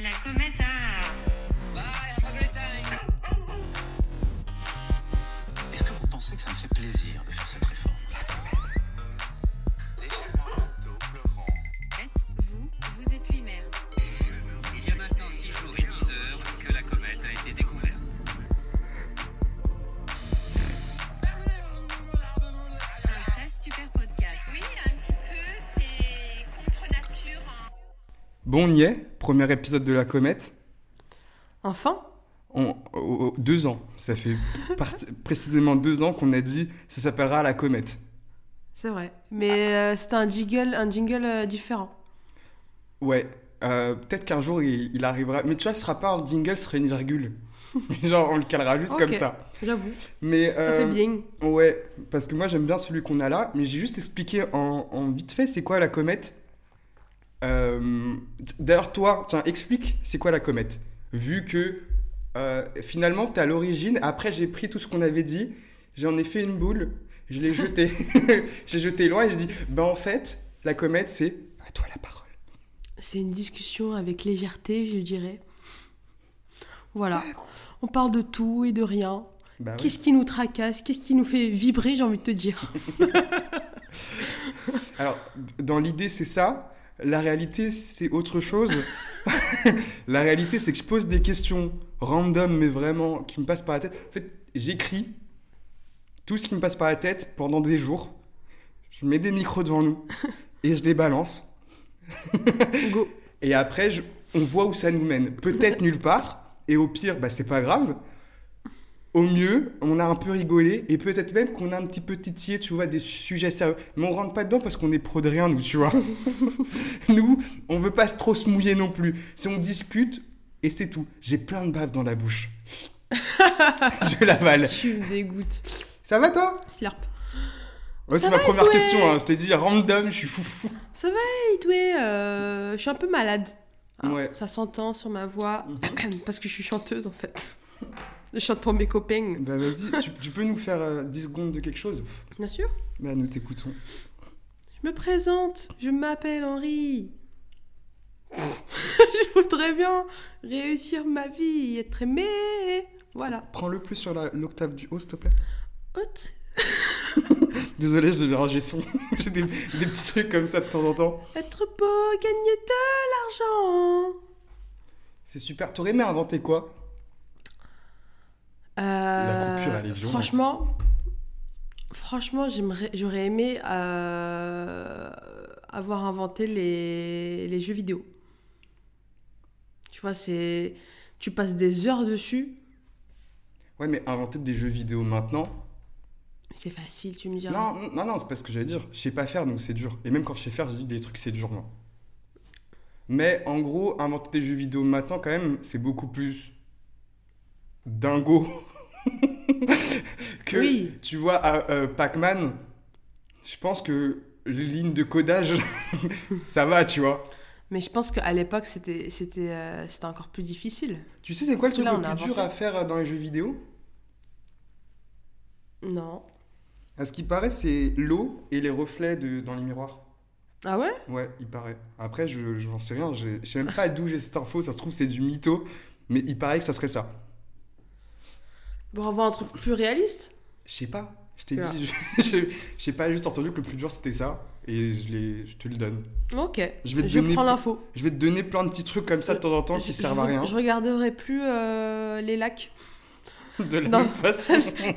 La comète a... Bye, have a great time. Est-ce que vous pensez que ça me fait plaisir de faire cette réforme? Légèrement tôt, pleurant. Vous et puis merde. Il y a maintenant 6 jours et 10 heures que la comète a été découverte. Un très super podcast. Oui, un petit peu, c'est contre nature. Bon, on y est, premier épisode de la comète. Enfin, 2 ans, ça fait précisément 2 ans qu'on a dit ça s'appellera la comète. c'est vrai. Mais c'était un jingle différent. Ouais, peut-être qu'un jour il arrivera, mais tu vois, ce sera pas un jingle, ce serait une virgule. Genre on le calera juste Ok. comme ça. J'avoue, Mais, ça fait bien. Ouais, parce que moi j'aime bien celui qu'on a là, mais j'ai juste expliqué en vite fait c'est quoi la comète. D'ailleurs toi, tiens, explique c'est quoi la comète. Vu que finalement t'es à l'origine, après j'ai pris tout ce qu'on avait dit, j'en ai fait une boule, je l'ai jeté. J'ai jeté loin et j'ai dit, en fait, la comète c'est... À toi la parole. C'est une discussion avec légèreté, je dirais. Voilà, on parle de tout et de rien. Bah ouais. Qu'est-ce qui nous tracasse? Qu'est-ce qui nous fait vibrer, j'ai envie de te dire. Alors, dans l'idée, c'est ça. La réalité, c'est autre chose. La réalité, c'est que je pose des questions random, mais vraiment, qui me passent par la tête. En fait, j'écris tout ce qui me passe par la tête pendant des jours. Je mets des micros devant nous et je les balance. Go. Et après, on voit où ça nous mène. Peut-être nulle part. Et au pire, c'est pas grave. Au mieux, on a un peu rigolé et peut-être même qu'on a un petit peu titillé, tu vois, des sujets sérieux. Mais on rentre pas dedans parce qu'on est pro de rien, nous, tu vois. Nous, on veut pas trop se mouiller non plus. Si on discute, et c'est tout. J'ai plein de bave dans la bouche. Je l'avale. Tu me dégoûtes. Ça va, toi? Slurp. Ouais, c'est Ça ma va, première ouais. question, hein. Je t'ai dit random, je suis foufou. Ça va, Edoué je suis un peu malade. Hein, Ouais. ça s'entend sur ma voix, parce que je suis chanteuse en fait. Je chante pour mes copains. Bah vas-y, tu peux nous faire 10 secondes de quelque chose? Bien sûr. Bah nous t'écoutons. Je me présente, je m'appelle Henri. Je voudrais bien réussir ma vie, être aimé. Voilà. Prends-le plus sur l'octave du haut, s'il te plaît. Autre- Désolé, je devais ranger son. J'ai des petits trucs comme ça de temps en temps. Être beau, gagner de l'argent. C'est super. T'aurais aimé inventer quoi? La coupure, elle est violente. Franchement, j'aurais aimé avoir inventé les jeux vidéo. Tu vois, tu passes des heures dessus. Ouais, mais inventer des jeux vidéo maintenant... C'est facile, tu me diras. Non, c'est pas ce que j'allais dire. Je sais pas faire, donc c'est dur. Et même quand je sais faire, je dis des trucs, c'est dur, moi. Mais en gros, inventer des jeux vidéo maintenant, quand même, c'est beaucoup plus dingo que, Oui. tu vois, Pac-Man. Je pense que les lignes de codage, ça va, tu vois. Mais je pense qu'à l'époque, c'était encore plus difficile. Tu sais, c'est quoi le truc Là, le on a plus dur avancé. à faire dans les jeux vidéo? Non. À ce qui paraît, c'est l'eau et les reflets dans les miroirs. Ah ouais? Ouais, il paraît. Après, j'en sais rien. Je sais même pas d'où j'ai cette info. Ça se trouve, c'est du mytho. Mais il paraît que ça serait ça. Bon, on va voir un truc plus réaliste. Je sais pas. Je t'ai Ah. dit. J'ai pas juste entendu que le plus dur, c'était ça. Et je te le donne. Ok, Je vais te donner- prends l'info. Je vais te donner plein de petits trucs comme ça de temps en temps qui servent à rien. Je regarderai plus les lacs. De la Non. même façon.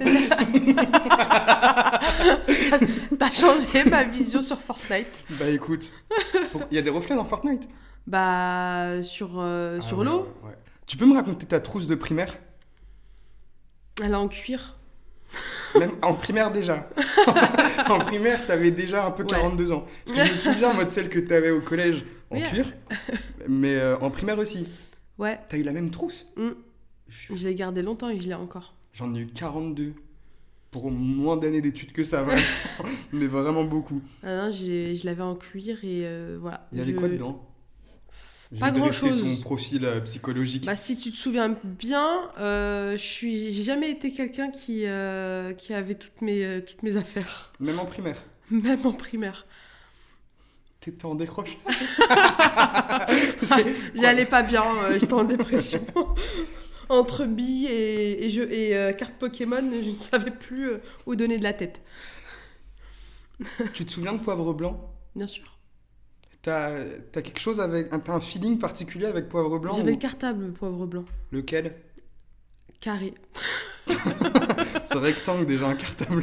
T'as changé ma vision sur Fortnite. Bah écoute. Il y a des reflets dans Fortnite? Bah, sur Ah l'eau, ouais. Tu peux me raconter ta trousse de primaire? elle est en cuir. Même en primaire déjà. En primaire, t'avais déjà un peu Ouais. 42 ans. Parce que je me souviens, moi, de celle que t'avais au collège en Oui. cuir. Mais en primaire aussi. Ouais, T'as eu la même trousse? Mm. Je- je l'ai gardé longtemps et je l'ai encore. J'en ai eu 42. Pour moins d'années d'études que ça, vraiment. Mais vraiment beaucoup. Ah non, je l'avais en cuir et voilà. Il y avait quoi dedans? Pas J'ai dressé grand-chose. ton profil psychologique. Bah, si tu te souviens bien, j'ai jamais été quelqu'un qui avait toutes mes affaires, Même en primaire. même en primaire. T'étais en décrochage. J'allais pas bien, j'étais en dépression. Entre billes et cartes Pokémon, je ne savais plus où donner de la tête. Tu te souviens de Poivre Blanc? Bien sûr. T'as quelque chose avec... T'as un feeling particulier avec Poivre Blanc? J'avais ou- le cartable, le Poivre Blanc. Lequel? Carré. C'est rectangle déjà, un cartable.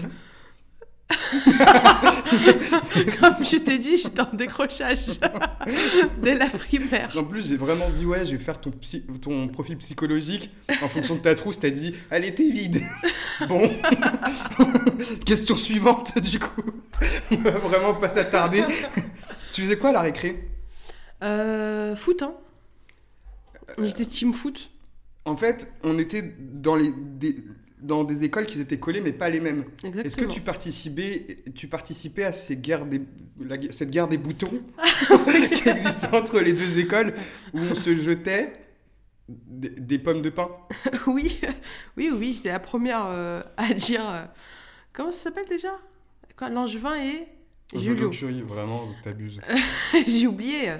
Comme je t'ai dit, j'étais en décrochage. Dès la primaire. En plus, j'ai vraiment dit, ouais, je vais faire ton profil psychologique. En fonction de ta trousse, t'as dit, elle était vide. Bon. Question suivante, du coup. On va vraiment pas s'attarder. Tu faisais quoi à la récré? Foot, hein. J'étais team foot. En fait, on était dans des écoles qui étaient collées, mais pas les mêmes. Exactement. Est-ce que tu participais à cette guerre des boutons qui existait entre les deux écoles, où on se jetait des pommes de pin? Oui, j'étais la première à dire... comment ça s'appelle déjà? Quoi, Langevin et Julio. Curie, vraiment, t'abuses. J'ai oublié.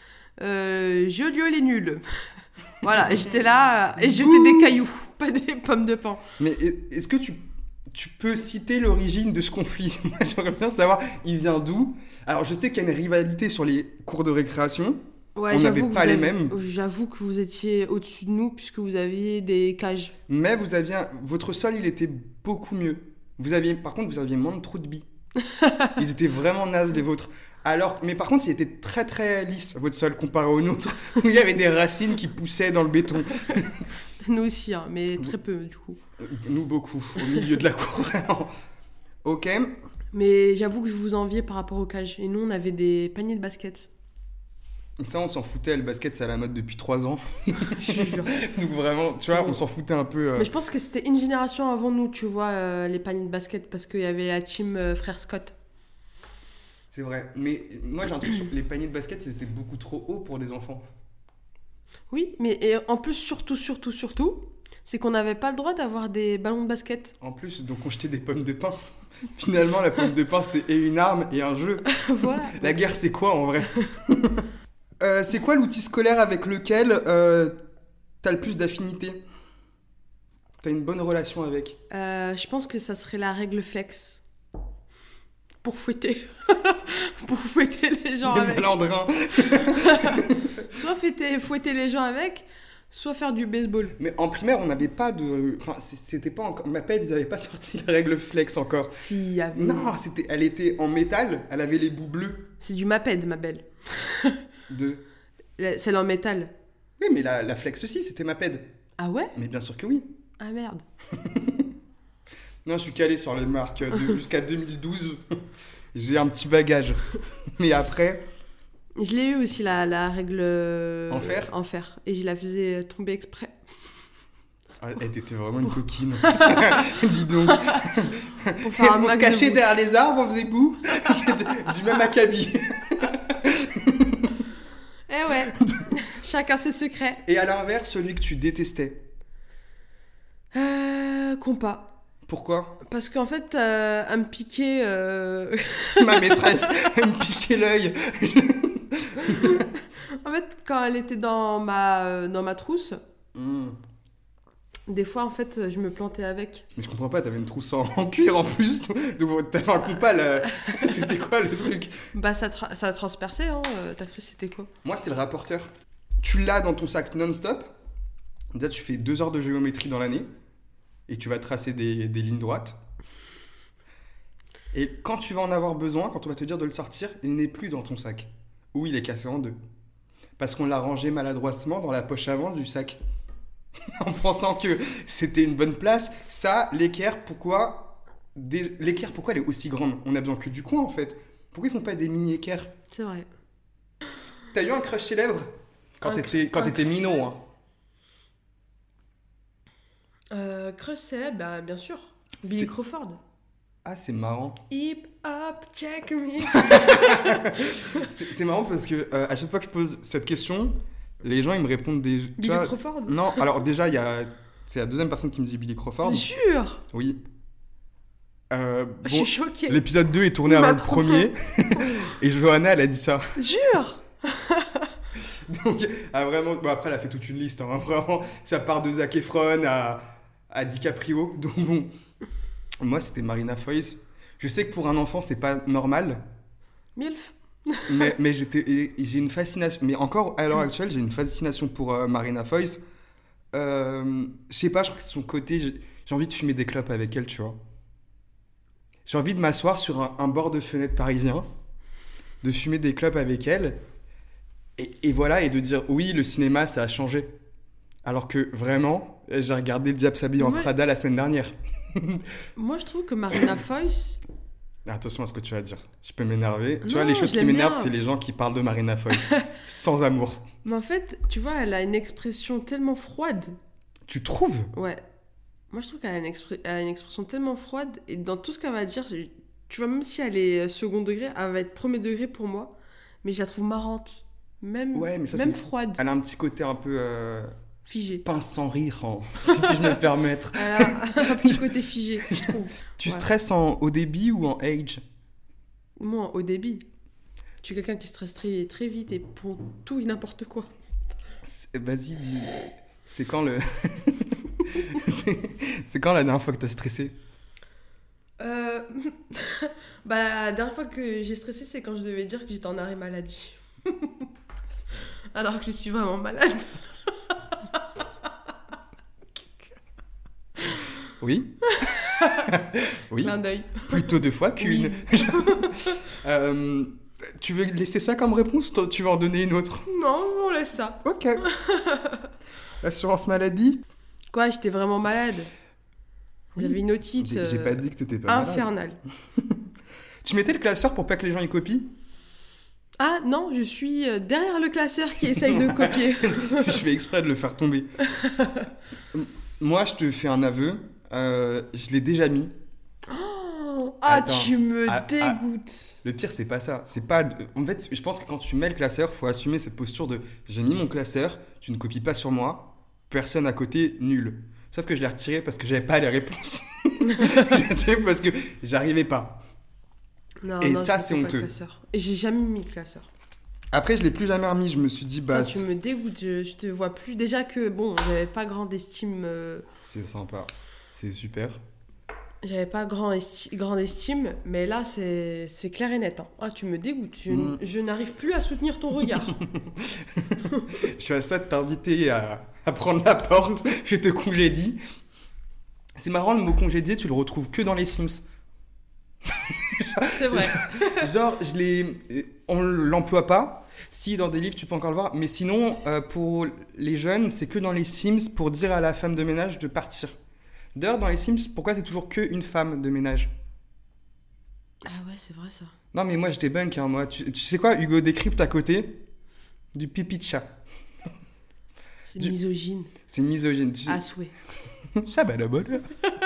Julio les nuls. Voilà, j'étais là et je jetais des cailloux, pas des pommes de pin. Mais est-ce que tu peux citer l'origine de ce conflit? Moi, j'aimerais bien savoir, il vient d'où? Alors, je sais qu'il y a une rivalité sur les cours de récréation. Ouais, On j'avoue n'avait que pas les mêmes. J'avoue que vous étiez au-dessus de nous puisque vous aviez des cages. Mais votre sol, il était beaucoup mieux. Par contre, vous aviez moins de trous de billes. Ils étaient vraiment nazes, les vôtres. Mais par contre, il était très très lisse, votre sol, comparé au nôtre, où il y avait des racines qui poussaient dans le béton. Nous aussi, hein, mais très peu du coup. Nous, beaucoup, au milieu de la cour, vraiment. Ok. Mais j'avoue que je vous enviais par rapport aux cages. Et nous, on avait des paniers de basket. Ça, on s'en foutait, le basket, c'est à la mode depuis 3 ans. Je te jure. Donc vraiment, tu vois, on s'en foutait un peu. Mais je pense que c'était une génération avant nous, tu vois, les paniers de basket, parce qu'il y avait la team Frère Scott. C'est vrai. Mais moi, j'ai un truc sur les paniers de basket, ils étaient beaucoup trop hauts pour des enfants. Oui, mais et en plus, surtout, c'est qu'on n'avait pas le droit d'avoir des ballons de basket. En plus, donc on jetait des pommes de pin. Finalement, la pomme de pin, c'était et une arme et un jeu. Voilà. La guerre, c'est quoi en vrai? C'est quoi l'outil scolaire avec lequel t'as le plus d'affinité? T'as une bonne relation avec? Je pense que ça serait la règle flex. Pour fouetter. Pour fouetter les gens Des avec. malandrins. Soit fouetter les gens avec, soit faire du baseball. Mais en primaire, on n'avait pas de... Enfin, c'était pas encore... Ma pète, ils n'avaient pas sorti la règle flex encore. Si, il y avait... Non, elle était en métal, elle avait les bouts bleus. C'est du Maped, ma belle. Celle en métal. Oui, mais la flex aussi, c'était ma pède. Ah ouais? Mais bien sûr que oui. Ah merde. Non, je suis calé sur les marques jusqu'à 2012. J'ai un petit bagage. Mais après... Je l'ai eu aussi, la règle... En fer? En fer. Et je la faisais tomber exprès. Ah, t'étais vraiment une coquine. Dis donc. Pour faire un On se max de cachait bruit. derrière les arbres, on faisait boue. C'est du même acabit. Eh ouais. Chacun ses secrets. Et à l'inverse, celui que tu détestais. Compas. Pourquoi? Parce qu'en fait, elle me piquait... Ma maîtresse, elle me piquait l'œil. En fait, quand elle était dans ma trousse, des fois, en fait, je me plantais avec. Mais je comprends pas, t'avais une trousse en cuir en plus. Donc t'avais un compas, là. C'était quoi le truc? Bah, ça a transpercé, hein. T'as cru c'était quoi? Moi, c'était le rapporteur. Tu l'as dans ton sac non-stop. Déjà, tu fais 2 heures de géométrie dans l'année. Et tu vas tracer des lignes droites. Et quand tu vas en avoir besoin, quand on va te dire de le sortir, il n'est plus dans ton sac. Ou il est cassé en 2. Parce qu'on l'a rangé maladroitement dans la poche avant du sac. En pensant que c'était une bonne place. Ça, l'équerre, pourquoi elle est aussi grande? On a besoin que du coin en fait. Pourquoi ils font pas des mini-équerres? C'est vrai. T'as eu un crush célèbre? Quand t'étais minot, hein. Crush célèbre, bah, bien sûr. Billy Crawford. Ah, c'est marrant. Hip hop, check me. C'est marrant parce que à chaque fois que je pose cette question, les gens ils me répondent des. Billy Crawford? Non, alors déjà c'est la deuxième personne qui me dit Billy Crawford. C'est sûr. Oui. Je Bon, suis choquée. l'épisode 2 est tourné Il avant m'a le trompé. premier. Et Johanna, elle a dit ça. Jure. Donc, vraiment, bon, après, elle a fait toute une liste. Hein, vraiment, ça part de Zac Efron à DiCaprio. Donc, bon, moi, c'était Marina Foïs. Je sais que pour un enfant, c'est pas normal. Milf. Mais j'ai une fascination. Mais encore, à l'heure actuelle, j'ai une fascination pour Marina Foïs. Je sais pas, je crois que c'est son côté. J'ai envie de fumer des clopes avec elle, tu vois. J'ai envie de m'asseoir sur un bord de fenêtre parisien, de fumer des clopes avec elle. Et voilà, et de dire oui, le cinéma, ça a changé. Alors que vraiment, j'ai regardé Le Diable s'habille en Ouais. Prada la semaine dernière. Moi, je trouve que Marina Foïs. Attention à ce que tu vas dire. Je peux m'énerver. Tu Non, vois, les choses je qui l'aime m'énervent, bien. c'est les gens qui parlent de Marina Foïs. Sans amour. Mais en fait, tu vois, elle a une expression tellement froide. Tu trouves? Ouais. Moi, je trouve qu'elle a elle a une expression tellement froide. Et dans tout ce qu'elle va dire, tu vois, même si elle est second degré, elle va être premier degré pour moi. Mais je la trouve marrante. Même, Ouais, mais ça, même c'est- froide. Elle a un petit côté un peu Figée. pince sans rire, hein, si puis-je me permettre. Elle a un petit côté figé, je trouve. Tu Ouais. stresses au débit ou en age? Moi, au débit, je suis quelqu'un qui stresse très, très vite et pour tout et n'importe quoi. Vas-y, dis. C'est quand le. c'est quand la dernière fois que t'as stressé? Bah, la dernière fois que j'ai stressé, c'est quand je devais dire que j'étais en arrêt maladie. Alors que je suis vraiment malade. Oui. Oui. Clin d'œil. Plutôt 2 fois qu'une. Louise. Tu veux laisser ça comme réponse ou tu veux en donner une autre? Non, on laisse ça. Ok. Assurance maladie? Quoi, j'étais vraiment malade. Oui. J'avais une otite J'ai pas dit que t'étais pas malade. infernale. Tu mettais le classeur pour pas que les gens y copient? Ah non, je suis derrière le classeur qui essaye de copier. Je fais exprès de le faire tomber. Moi, je te fais un aveu. Je l'ai déjà mis. Ah, Attends. tu me Ah, dégoûtes. Le pire, c'est pas ça. C'est pas. En fait, je pense que quand tu mets le classeur, faut assumer cette posture de j'ai mis mon classeur, tu ne copies pas sur moi, personne à côté, nul. Sauf que je l'ai retiré parce que j'avais pas les réponses. J'ai retiré parce que j'arrivais pas. Non, Et non, ça, je c'est mettrai pas honteux. le classeur. Et j'ai jamais mis le classeur. Après, je l'ai plus jamais remis. Je me suis dit, bah, Putain, tu me dégoûtes, je te vois plus. Déjà que, bon, j'avais pas grande estime. c'est sympa. C'est super. J'avais pas grande estime, mais là, c'est clair et net. Hein. Ah, tu me dégoûtes. Je n'arrive plus à soutenir ton regard. Je suis à ça de t'inviter à prendre la porte. Je te congédie. C'est marrant, le mot congédier, tu le retrouves que dans les Sims. C'est vrai. Genre, on l'emploie pas. Si dans des livres, tu peux encore le voir. Mais sinon, pour les jeunes, c'est que dans les Sims pour dire à la femme de ménage de partir. D'ailleurs, dans les Sims, pourquoi c'est toujours qu'une femme de ménage? Ah ouais, c'est vrai ça. Non, mais moi, je débunk. Hein, moi. Tu sais quoi, Hugo décrypte à côté du pipi de chat. C'est misogyne. C'est misogyne. Tu sais... À souhait. Chabalabola.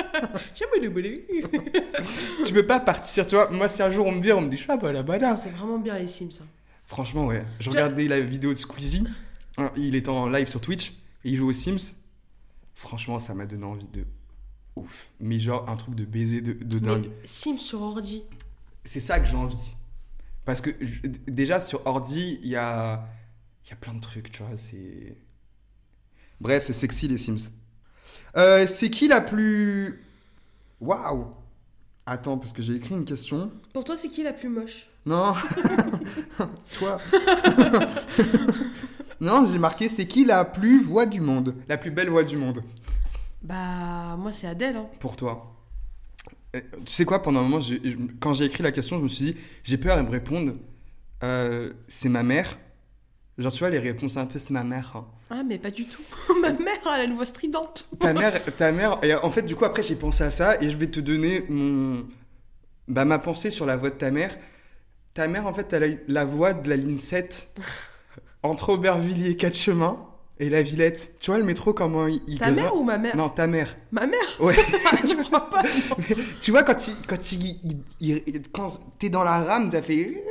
Tu peux pas partir, tu vois. Moi, si un jour on me vire, on me dit Chabalabala. C'est vraiment bien les Sims. Ça. Franchement, ouais. Je regardais la vidéo de Squeezie. Il est en live sur Twitch et il joue aux Sims. Franchement, ça m'a donné envie de ouf. Mais genre, un truc de baiser de dingue. Mais Sims sur ordi. C'est ça que j'ai envie. Parce que déjà, sur ordi, il y a plein de trucs, tu vois. C'est. Bref, c'est sexy les Sims. C'est qui la plus. Waouh! Attends, parce que j'ai écrit une question. Pour toi, c'est qui la plus moche? Non. Toi. Non, j'ai marqué c'est qui la plus voix du monde? La plus belle voix du monde. Bah, moi, c'est Adèle. Hein. Pour toi. Tu sais quoi, pendant un moment, quand j'ai écrit la question, je me suis dit, j'ai peur, elle me répondre, c'est ma mère. Genre, tu vois, les réponses un peu, c'est ma mère. Hein. Ah, mais pas du tout. Ma mère, elle a une voix stridente. Ta mère, et en fait, du coup, après, j'ai pensé à ça et je vais te donner ma pensée sur la voix de ta mère. Ta mère, en fait, elle a la voix de la ligne 7 entre Aubervilliers et 4 chemins et la Villette. Tu vois, le métro, comment il Ta mère ou ma mère? Non, ta mère. Ma mère? Ouais. Tu crois pas? Mais, tu vois, quand t'es dans la rame, t'as fait...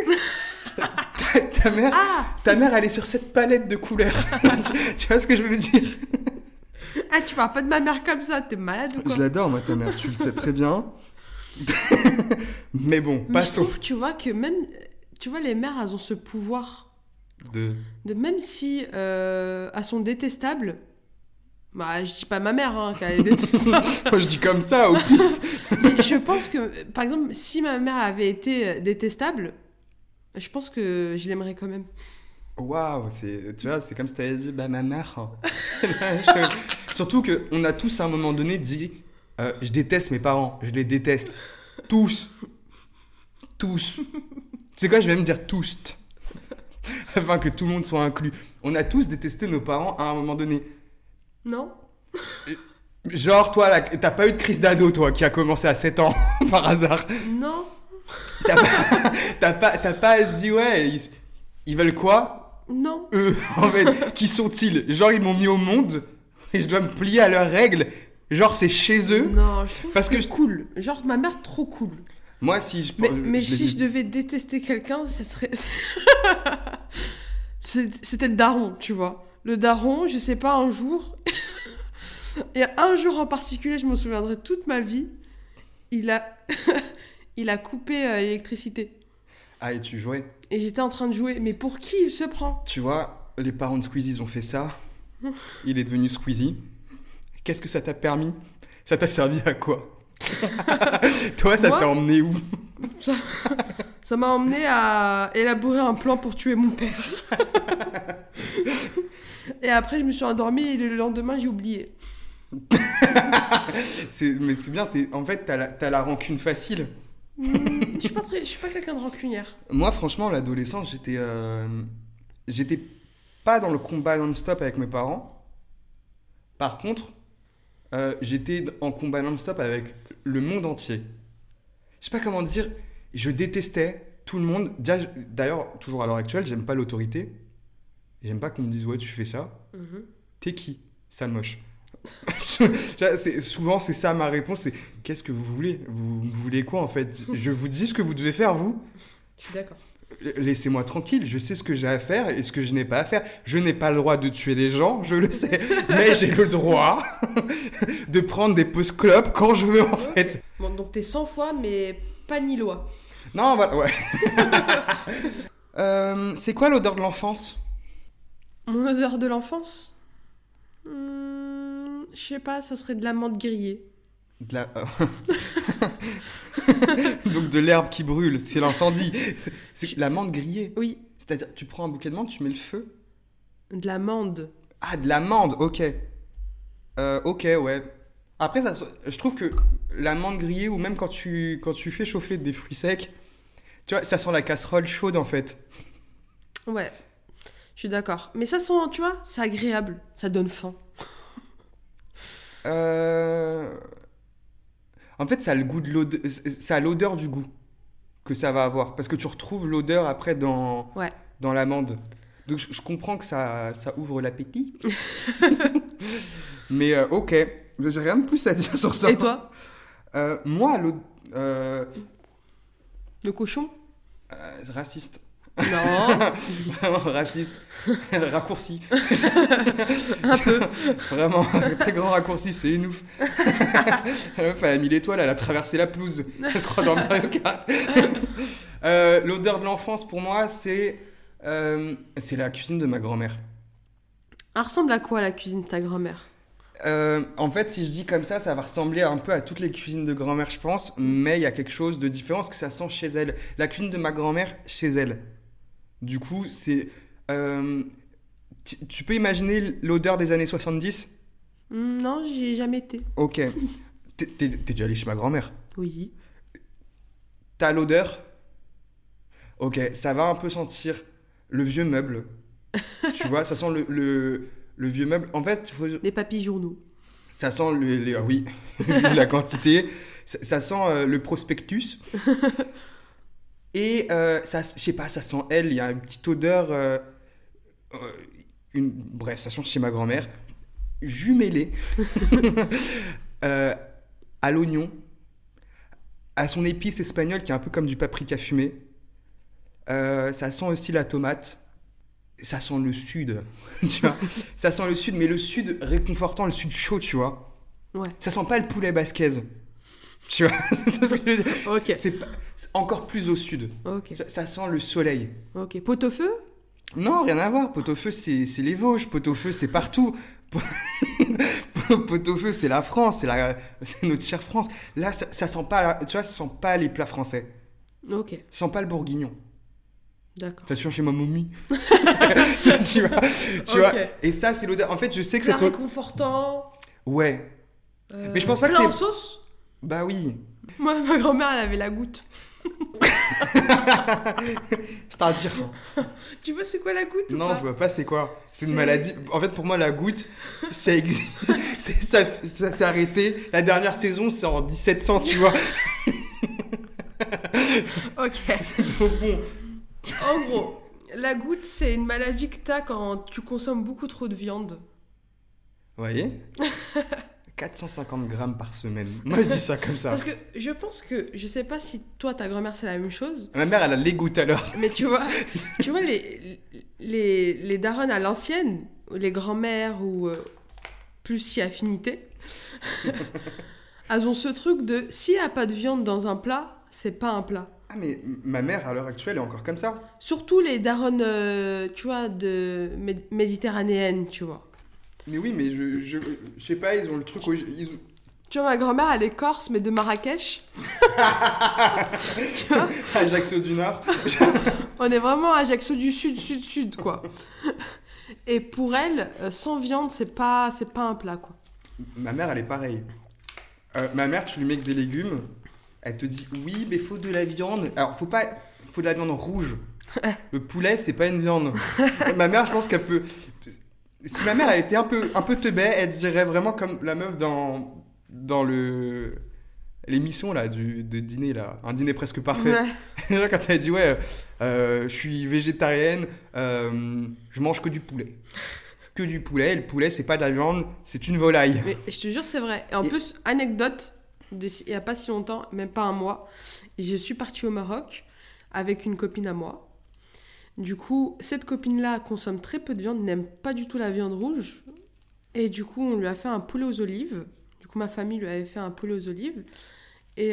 ta mère, elle est sur cette palette de couleurs. tu vois ce que je veux dire? Ah, tu parles pas de ma mère comme ça, t'es malade ou quoi? Je l'adore, moi, ta mère, tu le sais très bien. Mais bon, Mais je passons. trouve, tu vois, que même... Tu vois, les mères, elles ont ce pouvoir De... de même si elles sont détestables... Bah, je dis pas ma mère, hein, qu'elle est détestable. Moi, je dis comme ça, au pif. Je pense que, par exemple, si ma mère avait été détestable, je pense que je l'aimerais quand même. Waouh, tu vois, c'est comme si t'avais dit, bah ma mère. Hein. C'est la même chose. Surtout qu'on a tous à un moment donné dit, je déteste mes parents, je les déteste. Tous. Tous. C'est quoi, je vais me dire tous. Afin que tout le monde soit inclus. On a tous détesté nos parents à un moment donné. Non? Genre, toi, là, t'as pas eu de crise d'ado, toi, qui a commencé à 7 ans, par hasard. Non? T'as pas dit, ouais, ils veulent quoi? Non. Eux, en fait, qui sont-ils? Genre, ils m'ont mis au monde et je dois me plier à leurs règles. Genre, c'est chez eux. Non, je trouve Parce que cool. Genre, ma mère, trop cool. Moi, si je... Mais je l'ai si dit. je devais détester quelqu'un, ça serait... C'était le daron, tu vois. Le daron, je sais pas, un jour... Il y a un jour en particulier, je m'en souviendrai toute ma vie, il a coupé l'électricité. Ah, et tu jouais. Et j'étais en train de jouer. Mais pour qui il se prend? Tu vois, les parents de Squeezie ils ont fait ça. Il est devenu Squeezie. Qu'est-ce que ça t'a permis? Ça t'a servi à quoi? Toi, ça Moi t'a emmené où? Ça m'a emmené à élaborer un plan pour tuer mon père. Et après, je me suis endormie et le lendemain, j'ai oublié. Mais c'est bien, en fait, t'as la rancune facile. Je suis pas quelqu'un de rancunière. Moi, franchement, l'adolescence, j'étais pas dans le combat non-stop avec mes parents. Par contre, j'étais en combat non-stop avec le monde entier. Je sais pas comment dire, je détestais tout le monde. D'ailleurs, toujours à l'heure actuelle, j'aime pas l'autorité. J'aime pas qu'on me dise, ouais, tu fais ça. T'es qui? Sale moche. Souvent, c'est ça ma réponse, c'est qu'est-ce que vous voulez? Vous voulez quoi, en fait? Je vous dis ce que vous devez faire, vous. Je suis d'accord. Laissez-moi tranquille, je sais ce que j'ai à faire et ce que je n'ai pas à faire. Je n'ai pas le droit de tuer des gens, je le sais, mais j'ai le droit de prendre des pauses clopes quand je veux, en fait. Bon, donc t'es 100 fois, mais pas ni loi. Non, voilà, ouais. C'est quoi l'odeur de l'enfance? Mon odeur de l'enfance? Je sais pas, ça serait de la menthe grillée. Donc de l'herbe qui brûle, c'est l'incendie. C'est la menthe grillée. Oui, C'est-à-dire, tu prends un bouquet de menthe, tu mets le feu. de l'amande. Ah, de l'amande, ok. Ok, ouais. Après, je trouve que l'amande grillée, ou même quand tu fais chauffer des fruits secs, tu vois, ça sent la casserole chaude, en fait. Ouais, je suis d'accord. Mais ça sent, tu vois, c'est agréable. Ça donne faim. En fait, ça a le goût de l'odeur, ça a l'odeur du goût que ça va avoir. Parce que tu retrouves l'odeur après dans l'amande. Donc, je comprends que ça ouvre l'appétit. Mais ok, j'ai rien de plus à dire sur ça. Et toi? Moi, Le cochon? raciste. Non. Vraiment raciste. Raccourci. Un peu. Vraiment, un très grand raccourci, c'est une ouf. La meuf, elle a mis l'étoile, elle a traversé la pelouse. Elle se croit dans Mario Kart. L'odeur de l'enfance, pour moi, c'est la cuisine de ma grand-mère. Elle ressemble à quoi, la cuisine de ta grand-mère? En fait, si je dis comme ça va ressembler un peu à toutes les cuisines de grand-mère, je pense. Mais il y a quelque chose de différent, parce que ça sent chez elle. La cuisine de ma grand-mère, chez elle. Du coup, c'est... tu peux imaginer l'odeur des années 70? Non, j'y ai jamais été. Ok. T'es déjà allé chez ma grand-mère? Oui. T'as l'odeur? Ok, ça va un peu sentir le vieux meuble. Tu vois, ça sent le vieux meuble. En fait, Les papilles journaux. ça sent ah oui, la quantité. Ça sent le prospectus. Et ça, je sais pas, ça sent elle. Il y a une petite odeur. Bref, ça sent chez ma grand-mère. Jumelé à l'oignon, à son épice espagnole qui est un peu comme du paprika fumé. Ça sent aussi la tomate. Ça sent le sud, tu vois. Ça sent le sud, mais le sud réconfortant, le sud chaud, tu vois. Ouais. Ça sent pas le poulet basquaise. Tu vois, c'est ce que je veux dire. Ok. C'est encore plus au sud. Ok. Ça sent le soleil. Ok. Pot-au-feu? Non, rien à voir. Pot-au-feu, c'est les Vosges. Pot-au-feu, c'est partout. Pot-au-feu, c'est la France. C'est notre chère France. Là, ça sent pas, tu vois, ça sent pas les plats français. Ok. Ça sent pas le bourguignon. D'accord. Ça sent chez ma momie. Tu vois. Ok. Et ça, c'est l'odeur. En fait, je sais que Plat c'est... réconfortant. Ouais. Mais je pense pas que plat en c'est... sauce? Bah oui. Moi, ma grand-mère, elle avait la goutte. C'est-à-dire... Tu vois c'est quoi la goutte ou Non, pas? je vois pas c'est quoi. C'est une C'est- maladie. En fait, pour moi, la goutte, ça existe. Ça s'est arrêté. La dernière saison, c'est en 1700, tu vois. Ok. Donc bon. En gros, la goutte, c'est une maladie que t'as quand tu consommes beaucoup trop de viande. Vous voyez 450 grammes par semaine. Moi, je dis ça comme ça. Parce que je pense que, je sais pas si toi, ta grand-mère, c'est la même chose, Ma mère, elle a les gouttes alors. mais tu vois les darons à l'ancienne, ou les grand-mères ou plus si affinité, elles ont ce truc de s'il n'y a pas de viande dans un plat, c'est pas un plat. Ah, mais ma mère, à l'heure actuelle, est encore comme ça. Surtout les darons, tu vois, de méditerranéennes, tu vois. Mais oui, mais je sais pas, ils ont le truc. Tu vois, ma grand-mère, elle est corse, mais de Marrakech. Tu vois, Ajaccio du Nord. on est vraiment à Ajaccio du Sud, quoi. Et pour elle, sans viande, c'est pas un plat, quoi. Ma mère, elle est pareille. Ma mère, tu lui mets que des légumes, elle te dit oui, mais faut de la viande. Alors, faut de la viande rouge. Le poulet, c'est pas une viande. Ma mère, je pense qu'elle peut. Si ma mère elle était un peu teubée, elle dirait vraiment comme la meuf dans l'émission là de dîner là, un dîner presque parfait. Ouais. Quand elle dit ouais, je suis végétarienne, je mange que du poulet. Que du poulet, et le poulet c'est pas de la viande, c'est une volaille. Mais je te jure, c'est vrai. Et en plus, anecdote, il y a pas si longtemps, même pas un mois, je suis partie au Maroc avec une copine à moi. Du coup, cette copine-là consomme très peu de viande, n'aime pas du tout la viande rouge. Et du coup, on lui a fait un poulet aux olives. Du coup, ma famille lui avait fait un poulet aux olives. Et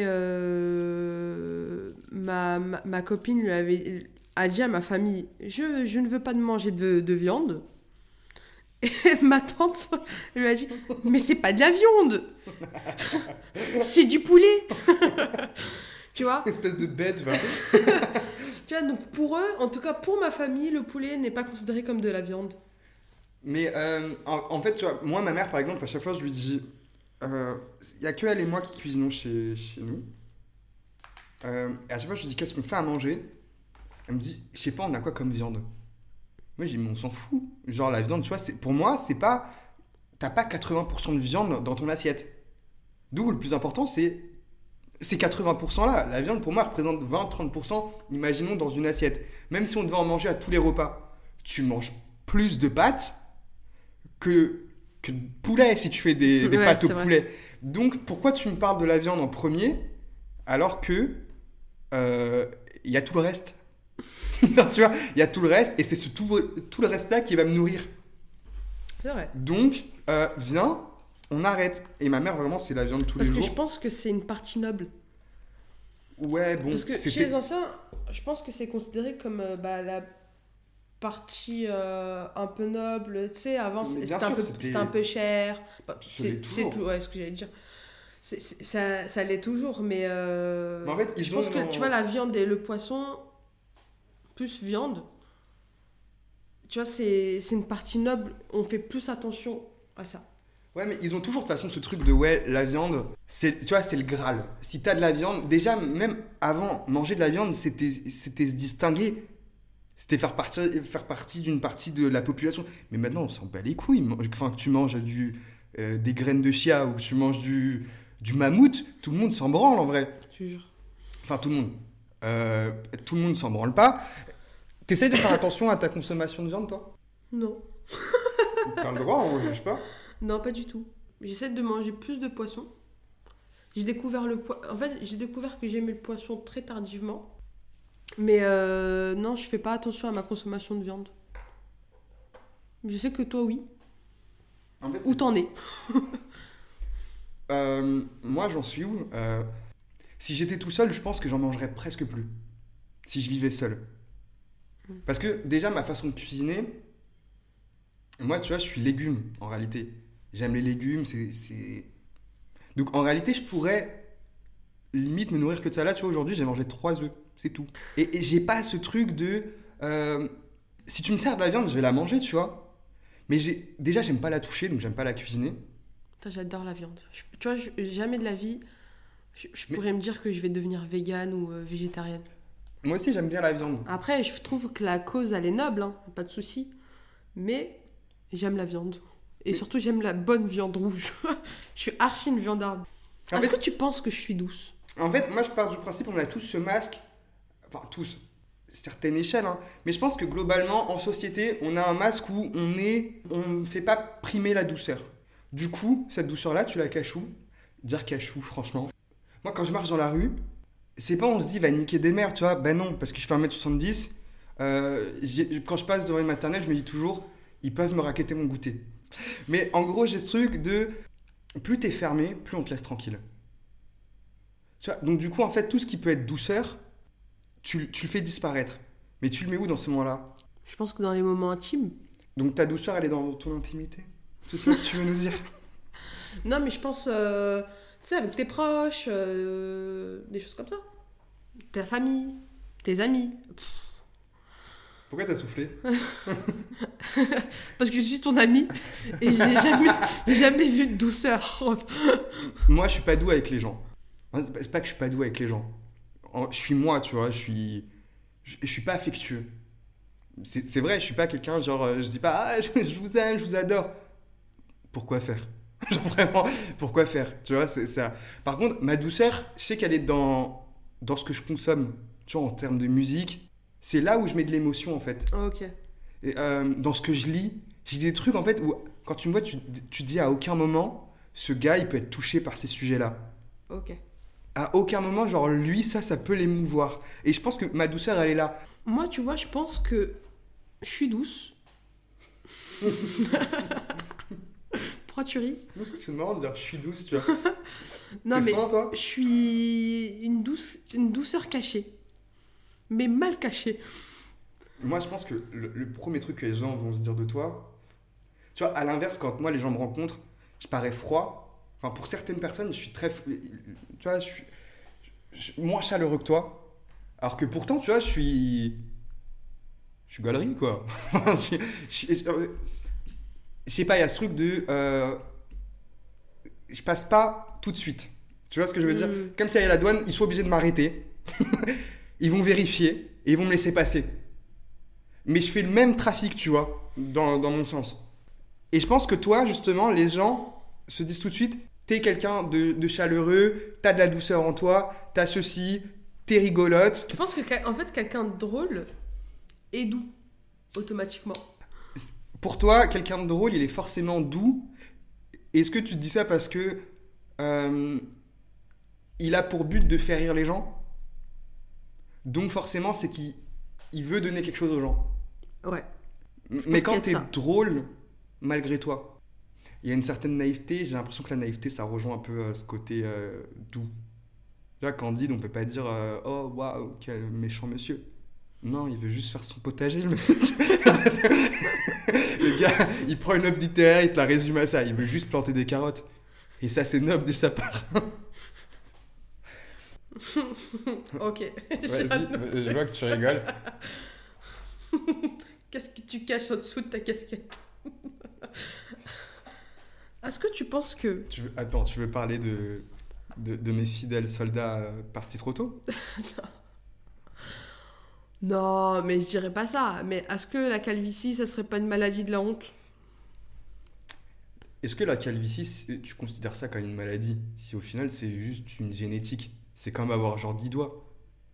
ma copine a dit à ma famille, je ne veux pas de manger de viande. Et ma tante lui a dit, mais c'est pas de la viande, c'est du poulet. Tu vois? Espèce de bête, va. Tu vois, donc pour eux, en tout cas pour ma famille, le poulet n'est pas considéré comme de la viande. Mais en fait, tu vois, moi, ma mère, par exemple, à chaque fois, je lui dis, il y a que elle et moi qui cuisinons chez nous. Et à chaque fois, je lui dis, qu'est-ce qu'on fait à manger? Elle me dit, je sais pas, on a quoi comme viande? Moi, je dis, mais on s'en fout. Genre, la viande, tu vois, pour moi, c'est pas... T'as pas 80% de viande dans ton assiette. D'où le plus important, c'est ces 80% là. La viande, pour moi, représente 20-30%, imaginons, dans une assiette. Même si on devait en manger à tous les repas, tu manges plus de pâtes que de poulet si tu fais des Ouais, pâtes au c'est vrai. poulet. Donc, pourquoi tu me parles de la viande en premier alors que il y a tout le reste? Non, tu vois, il y a tout le reste et c'est tout le reste là qui va me nourrir. C'est vrai. Donc, viens, on arrête. Et ma mère, vraiment, c'est la viande tous Parce les que jours. je pense que c'est une partie noble. Ouais, bon, Parce que c'était... chez les anciens, je pense que c'est considéré comme la partie un peu noble. Tu sais, avant, Mais bien c'était sûr, c'était- un peu cher. Bah, Ça l'est toujours. tout, ouais, ce que j'allais dire. Ça l'est toujours, mais, Mais en fait, ils je pense ont- que, tu vois, la viande et le poisson, plus viande, tu vois, c'est une partie noble. On fait plus attention à ça. Ouais, mais ils ont toujours de toute façon ce truc de ouais, la viande, tu vois, c'est le Graal. Si t'as de la viande, déjà, même avant, manger de la viande, c'était se distinguer. C'était faire partie d'une partie de la population. Mais maintenant, on s'en bat les couilles. Enfin, que tu manges des graines de chia ou que tu manges du mammouth, tout le monde s'en branle en vrai. Je te jure. Enfin, tout le monde. Tout le monde s'en branle pas. T'essayes de faire attention à ta consommation de viande, toi? Non. T'as le droit, on juge pas. Non, pas du tout. J'essaie de manger plus de poisson. J'ai découvert En fait, j'ai découvert que j'aimais le poisson très tardivement. Mais non, je fais pas attention à ma consommation de viande. Je sais que toi, oui. En fait, Où t'en es? moi, j'en suis où Si j'étais tout seul, je pense que j'en mangerais presque plus. Si je vivais seul. Parce que déjà, ma façon de cuisiner, moi, tu vois, je suis légumes, en réalité. J'aime les légumes, c'est... Donc, en réalité, je pourrais limite me nourrir que de ça. Là, tu vois, aujourd'hui, j'ai mangé 3 œufs, c'est tout. Et j'ai pas ce truc de... si tu me sers de la viande, je vais la manger, tu vois. Mais déjà, j'aime pas la toucher, donc j'aime pas la cuisiner. Putain, j'adore la viande. Tu vois, jamais de la vie, je Mais- pourrais me dire que je vais devenir végane ou végétarienne. Moi aussi, j'aime bien la viande. Après, je trouve que la cause, elle est noble, hein, pas de souci. Mais j'aime la viande. Et Mais- surtout, j'aime la bonne viande rouge. Je suis archi une viandarde. En Est-ce fait- que tu penses que je suis douce? En fait, moi, je pars du principe on a tous ce masque. Enfin, tous. Certaines échelles, hein. Mais je pense que globalement, en société, on a un masque où on ne fait pas primer la douceur. Du coup, cette douceur-là, tu la caches où? Dire cache où, franchement. Moi, quand je marche dans la rue, c'est pas on se dit va niquer des mères, tu vois. Ben non, parce que je fais 1m70. Quand je passe devant une maternelle, je me dis toujours, ils peuvent me raqueter mon goûter. Mais en gros, j'ai ce truc de plus t'es fermé, plus on te laisse tranquille. Tu vois, donc du coup, en fait, tout ce qui peut être douceur, tu le fais disparaître. Mais tu le mets où dans ce moment-là? Je pense que dans les moments intimes. Donc ta douceur, elle est dans ton intimité? C'est ça que tu veux nous dire? Non, mais je pense, tu sais, avec tes proches, des choses comme ça. Ta famille, tes amis. Pourquoi t'as soufflé? Parce que je suis ton ami et j'ai jamais vu de douceur. Moi, je suis pas doux avec les gens. C'est pas que je suis pas doux avec les gens. Je suis moi, tu vois, je suis pas affectueux. C'est vrai, je suis pas quelqu'un, genre, je dis pas, ah, je vous aime, je vous adore. Pourquoi faire? Genre vraiment, pourquoi faire? Tu vois, c'est ça. Par contre, ma douceur, je sais qu'elle est dans ce que je consomme. Tu vois, en termes de musique, c'est là où je mets de l'émotion, en fait. Ok. Et, dans ce que je lis des trucs, en fait, où quand tu me vois, tu dis à aucun moment, ce gars, il peut être touché par ces sujets-là. Ok. À aucun moment, genre, lui, ça peut l'émouvoir. Et je pense que ma douceur, elle est là. Moi, tu vois, je pense que je suis douce. Pourquoi tu ris? C'est marrant de dire je suis douce, tu vois. Non, T'es mais soin, toi? je suis une douceur cachée. Mais mal cachée. Moi, je pense que le premier truc que les gens vont se dire de toi, tu vois, à l'inverse, quand moi, les gens me rencontrent, je parais froid. Enfin, pour certaines personnes, je suis très... Tu vois, je suis moins chaleureux que toi. Alors que pourtant, tu vois, je suis gaulerie, quoi. Je sais pas, il y a ce truc de... je passe pas tout de suite. Tu vois ce que je veux dire? Comme si à la douane, ils sont obligés de m'arrêter. Ils vont vérifier et ils vont me laisser passer. Mais je fais le même trafic, tu vois, dans mon sens. Et je pense que toi, justement, les gens se disent tout de suite, t'es quelqu'un de chaleureux, t'as de la douceur en toi, t'as ceci, t'es rigolote. Je pense que, en fait, quelqu'un de drôle est doux, automatiquement. Pour toi, quelqu'un de drôle, il est forcément doux. Est-ce que tu te dis ça parce que il a pour but de faire rire les gens? Donc forcément, c'est qu'il veut donner quelque chose aux gens. Ouais. Mais qu'il y quand a de t'es ça. drôle, malgré toi, il y a une certaine naïveté. J'ai l'impression que la naïveté, ça rejoint un peu ce côté doux. Là, Candide, on peut pas dire oh waouh, quel méchant monsieur. Non, il veut juste faire son potager, le mec. Le gars, il prend une œuvre littéraire, il te la résume à ça. Il veut juste planter des carottes. Et ça, c'est noble de sa part. Ok. je vois que tu rigoles. Qu'est-ce que tu caches en dessous de ta casquette? Est-ce que tu penses que... Attends, tu veux parler de mes fidèles soldats partis trop tôt? Non, mais je dirais pas ça. Mais est-ce que la calvitie, ça serait pas une maladie de la honte? Est-ce que la calvitie, tu considères ça comme une maladie? Si au final, c'est juste une génétique. C'est comme avoir genre 10 doigts.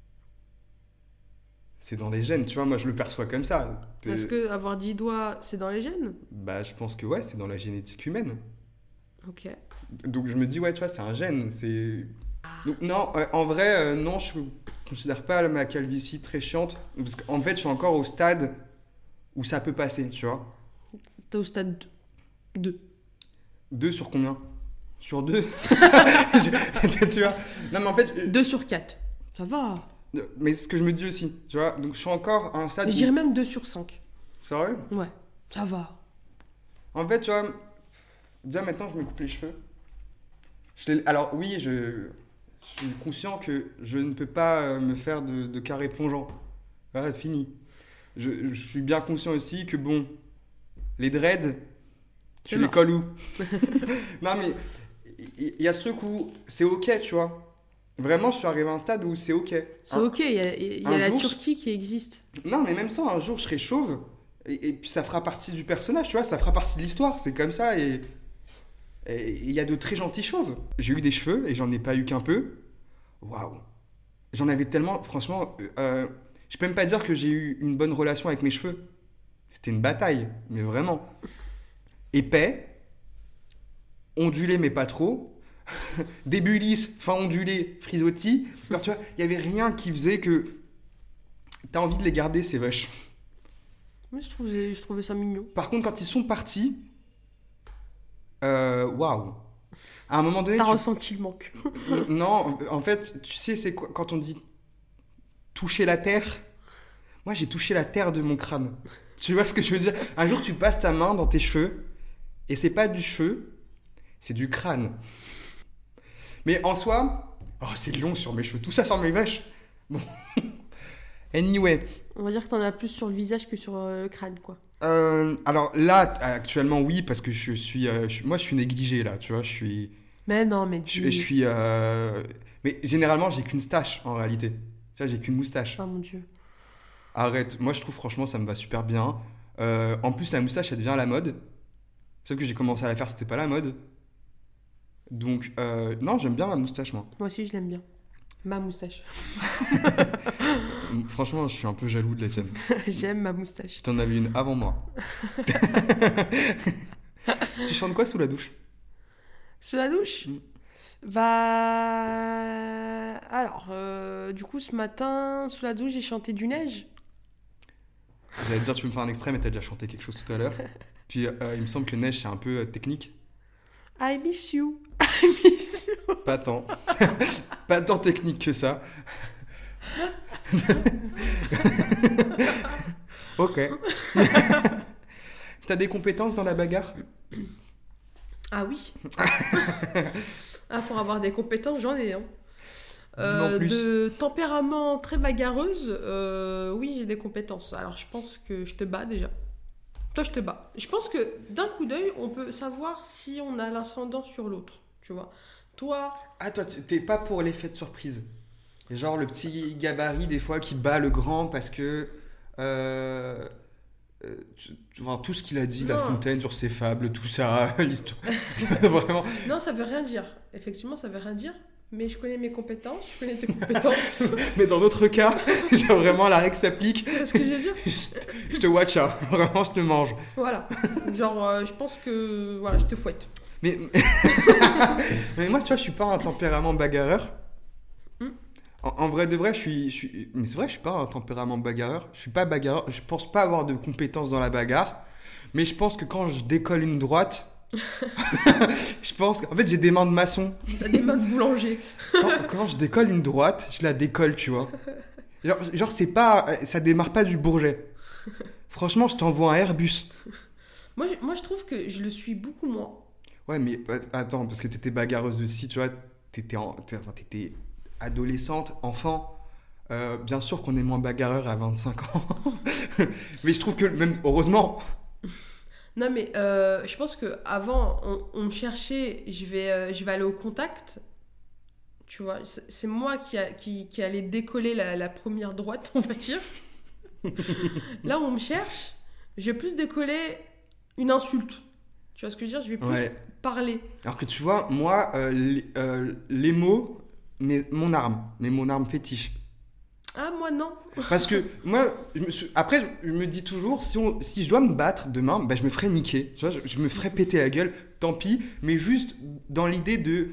C'est dans les gènes, tu vois, moi je le perçois comme ça. Est-ce que avoir 10 doigts, c'est dans les gènes? Bah je pense que ouais, c'est dans la génétique humaine. Ok. Donc je me dis ouais, tu vois, c'est un gène, c'est... Donc non, en vrai, non, je considère pas ma calvitie très chiante, parce qu'en fait, je suis encore au stade où ça peut passer, tu vois. T'es au stade 2. 2 sur combien? Sur 2. Tu vois. Non, mais en fait. 2 sur 4. Ça va. Mais ce que je me dis aussi, tu vois. Donc, je suis encore à un stade. Je dirais même 2 sur 5. Sérieux ? Ouais, ça va. En fait, tu vois. Déjà, maintenant, je me coupe les cheveux. Alors, oui, je suis conscient que je ne peux pas me faire de carré plongeant. Voilà, fini. Je suis bien conscient aussi que, bon, les dreads, tu les colles où ? Non, mais il y a ce truc où c'est OK, tu vois. Vraiment, je suis arrivé à un stade où c'est OK. C'est OK, il y a la Turquie qui existe. Non, mais même ça, un jour, je serai chauve. Et puis, ça fera partie du personnage, tu vois. Ça fera partie de l'histoire. C'est comme ça. Et il y a de très gentils chauves. J'ai eu des cheveux et j'en ai pas eu qu'un peu. Waouh. J'en avais tellement, franchement, je peux même pas dire que j'ai eu une bonne relation avec mes cheveux. C'était une bataille, mais vraiment. Épais, ondulé mais pas trop, début lisse, fin ondulé, frisottis. Alors tu vois, il y avait rien qui faisait que t'as envie de les garder ces vaches. Mais je trouvais ça mignon. Par contre, quand ils sont partis, waouh. À un moment donné, t'as ressenti le manque. Non, en fait, tu sais, c'est quoi quand on dit toucher la terre. Moi, j'ai touché la terre de mon crâne. Tu vois ce que je veux dire ? Un jour, tu passes ta main dans tes cheveux et c'est pas du cheveu, c'est du crâne. Mais en soi, oh, c'est long sur mes cheveux, tout ça sur mes vaches. Bon. Anyway. On va dire que t'en as plus sur le visage que sur le crâne, quoi. Alors là, actuellement, oui, parce que moi, je suis négligé là, tu vois, je suis. Mais non, mais je suis. Mais généralement, j'ai qu'une stache en réalité. Tu vois, j'ai qu'une moustache. Oh mon Dieu. Arrête, moi je trouve franchement ça me va super bien. En plus, la moustache, elle devient à la mode. Sauf que j'ai commencé à la faire, c'était pas la mode. Donc, non, j'aime bien ma moustache, moi. Moi aussi, je l'aime bien. Ma moustache. Franchement, je suis un peu jaloux de la tienne. J'aime ma moustache. T'en avais une avant moi. Tu chantes quoi sous la douche ? Sous la douche ? Bah... Alors, du coup, ce matin, sous la douche, j'ai chanté du Neige. J'allais te dire, tu peux me faire un extrait, mais t'as déjà chanté quelque chose tout à l'heure. Puis, il me semble que Neige, c'est un peu technique. I miss you. I miss you. Pas tant. Pas tant technique que ça. Ok. T'as des compétences dans la bagarre ? Ah oui. Ah, pour avoir des compétences, j'en ai. Hein. Non plus. De tempérament très bagarreuse, oui, j'ai des compétences. Alors, je pense que je te bats déjà. Toi, je te bats. Je pense que d'un coup d'œil, on peut savoir si on a l'ascendant sur l'autre. Tu vois. Toi... Ah, toi, t'es pas pour l'effet de surprise. Genre le petit gabarit, des fois, qui bat le grand parce que... tout ce qu'il a dit, non. La Fontaine sur ses fables, tout ça, l'histoire. Vraiment. Non, ça veut rien dire. Effectivement, ça veut rien dire. Mais je connais mes compétences, je connais tes compétences. Mais dans notre cas, genre vraiment la règle s'applique. C'est ce que je veux dire. Je te watch, hein. Vraiment, je te mange. Voilà. Genre, je pense que... Voilà, je te fouette. Mais moi, tu vois, je suis pas un tempérament bagarreur. En vrai de vrai, mais c'est vrai, je suis pas un tempérament bagarreur. Je suis pas bagarreur. Je pense pas avoir de compétences dans la bagarre. Mais je pense que quand je décolle une droite, je pense qu'en fait, j'ai des mains de maçon. T'as des mains de boulanger. Quand je décolle une droite, je la décolle, tu vois. Genre c'est pas, ça démarre pas du Bourget. Franchement, je t'envoie un Airbus. Moi, je trouve que je le suis beaucoup moins. Ouais, mais attends, parce que t'étais bagarreuse aussi, tu vois. T'étais adolescente, enfant. Bien sûr qu'on est moins bagarreur à 25 ans. Mais je trouve que même, heureusement. Non, mais je pense qu'avant, on me cherchait, je vais aller au contact. Tu vois, c'est moi qui allais décoller la première droite, on va dire. Là où on me cherche, je vais plus décoller une insulte. Tu vois ce que je veux dire ? Je vais plus parler. Alors que tu vois, moi, les mots, mon arme fétiche. Ah, moi non. Parce que moi, après, je me dis toujours, si je dois me battre demain, bah, je me ferai niquer. Tu vois, je me ferai péter la gueule, tant pis. Mais juste dans l'idée de...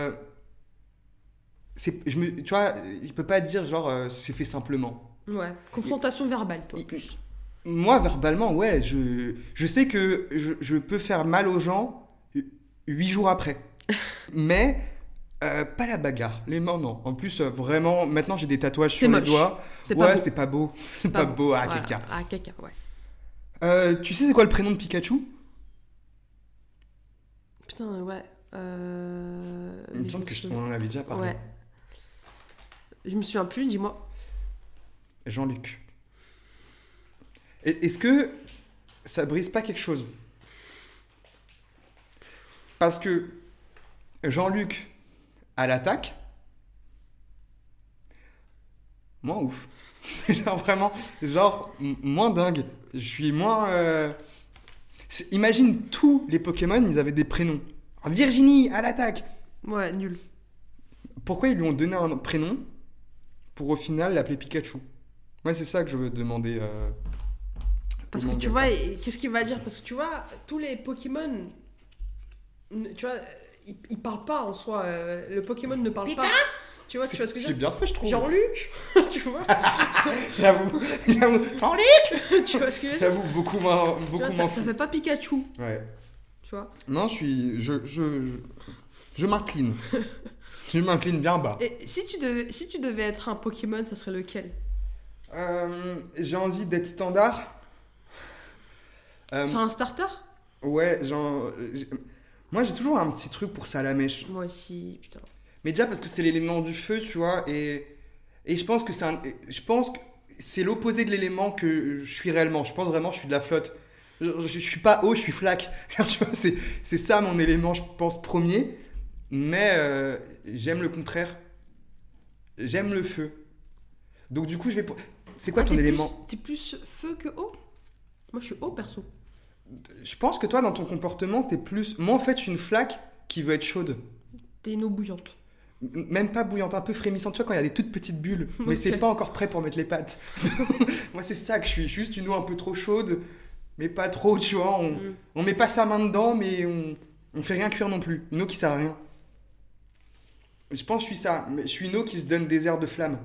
tu vois, je peux pas dire genre, c'est fait simplement. Ouais, confrontation verbale, toi, plus. Moi, verbalement, ouais, je sais que je peux faire mal aux gens 8 jours après. Mais pas la bagarre. Les mains, non. En plus, vraiment, maintenant j'ai des tatouages C'est sur les moche. doigts. C'est pas Ouais, beau. c'est pas beau. C'est pas beau à Voilà. quelqu'un. À quelqu'un, ouais. Tu sais c'est quoi le prénom de Pikachu? Putain, ouais. Il me semble que on en avait déjà parlé. Ouais. Je me souviens plus, dis-moi. Jean-Luc. Est-ce que ça brise pas quelque chose? Parce que Jean-Luc à l'attaque, moins ouf. Genre vraiment, moins dingue. Je suis moins... Imagine tous les Pokémon, ils avaient des prénoms. Virginie à l'attaque. Ouais, nul. Pourquoi ils lui ont donné un prénom pour au final l'appeler Pikachu? Moi, c'est ça que je veux demander. Parce au que tu mangaka. vois, qu'est-ce qu'il va dire? Parce que tu vois, tous les Pokémon, tu vois, ils parlent pas en soi. Le Pokémon ne parle pas. Tu vois ce que je veux J'ai dire? bien fait, je trouve. Jean-Luc, tu vois? J'avoue. Jean-Luc. Tu vois ce que je veux dire? J'avoue, beaucoup moins Tu vois, fou. ça fait pas Pikachu, Ouais. tu vois? Non, je m'incline. Je m'incline bien bas. Et si tu devais être un Pokémon, ça serait lequel? J'ai envie d'être standard. Sur un starter? Ouais, moi j'ai toujours un petit truc pour Salamèche. Moi aussi, putain. Mais déjà parce que c'est l'élément du feu, tu vois, et je pense que c'est l'opposé de l'élément que je suis réellement. Je pense vraiment que je suis de la flotte. Je suis pas eau, je suis flaque. Tu vois, c'est ça mon élément, je pense, premier. Mais j'aime le contraire. J'aime le feu. Donc du coup, c'est quoi ton élément? T'es plus feu que eau? Moi, je suis eau, perso. Je pense que toi, dans ton comportement, t'es plus... Moi, en fait, je suis une flaque qui veut être chaude. T'es une eau bouillante. Même pas bouillante, un peu frémissante, tu vois, quand il y a des toutes petites bulles. Mais Ok. c'est pas encore prêt pour mettre les pattes. Moi, c'est ça que je suis. Juste une eau un peu trop chaude, mais pas trop, tu vois. On met pas sa main dedans, mais on fait rien cuire non plus. Une eau qui sert à rien. Je pense que je suis ça. Mais je suis une eau qui se donne des airs de flamme.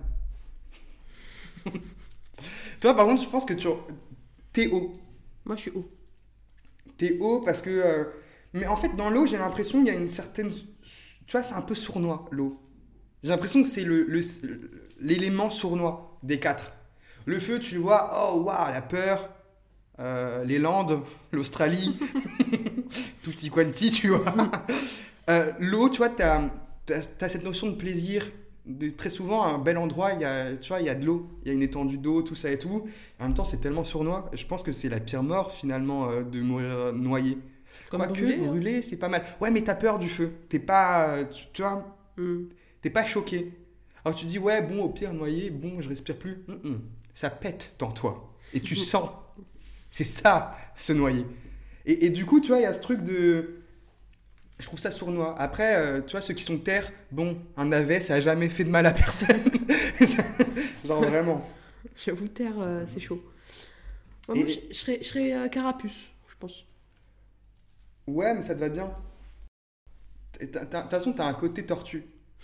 Toi, par contre, je pense que t'es eau. Moi, je suis eau. T'es eau parce que... Mais en fait, dans l'eau, j'ai l'impression qu'il y a une certaine... Tu vois, c'est un peu sournois, l'eau. J'ai l'impression que c'est l'élément sournois des quatre. Le feu, tu le vois, oh, waouh, la peur, les Landes, l'Australie, tutti quanti, tu vois. L'eau, tu vois, t'as cette notion de plaisir. Très souvent, à un bel endroit, tu vois, il y a de l'eau, il y a une étendue d'eau, tout ça et tout. En même temps, c'est tellement sournois. Je pense que c'est la pire mort, finalement, de mourir noyé. Comme Quoique, brûlé, hein. brûler, c'est pas mal. Ouais, mais t'as peur du feu. T'es pas... tu vois, Hmm. t'es pas choqué. Alors tu dis, ouais, bon, au pire, noyé, bon, je respire plus. Ça pète dans toi. Et tu sens. C'est ça, se noyer. Et du coup, tu vois, il y a ce truc de... Je trouve ça sournois. Après, tu vois, ceux qui sont terre, bon, un navet, ça a jamais fait de mal à personne. Genre, vraiment. J'avoue, terre, c'est chaud. Moi, Et- je serais carapuce, je pense. Ouais, mais ça te va bien. De toute façon, t'as un côté tortue.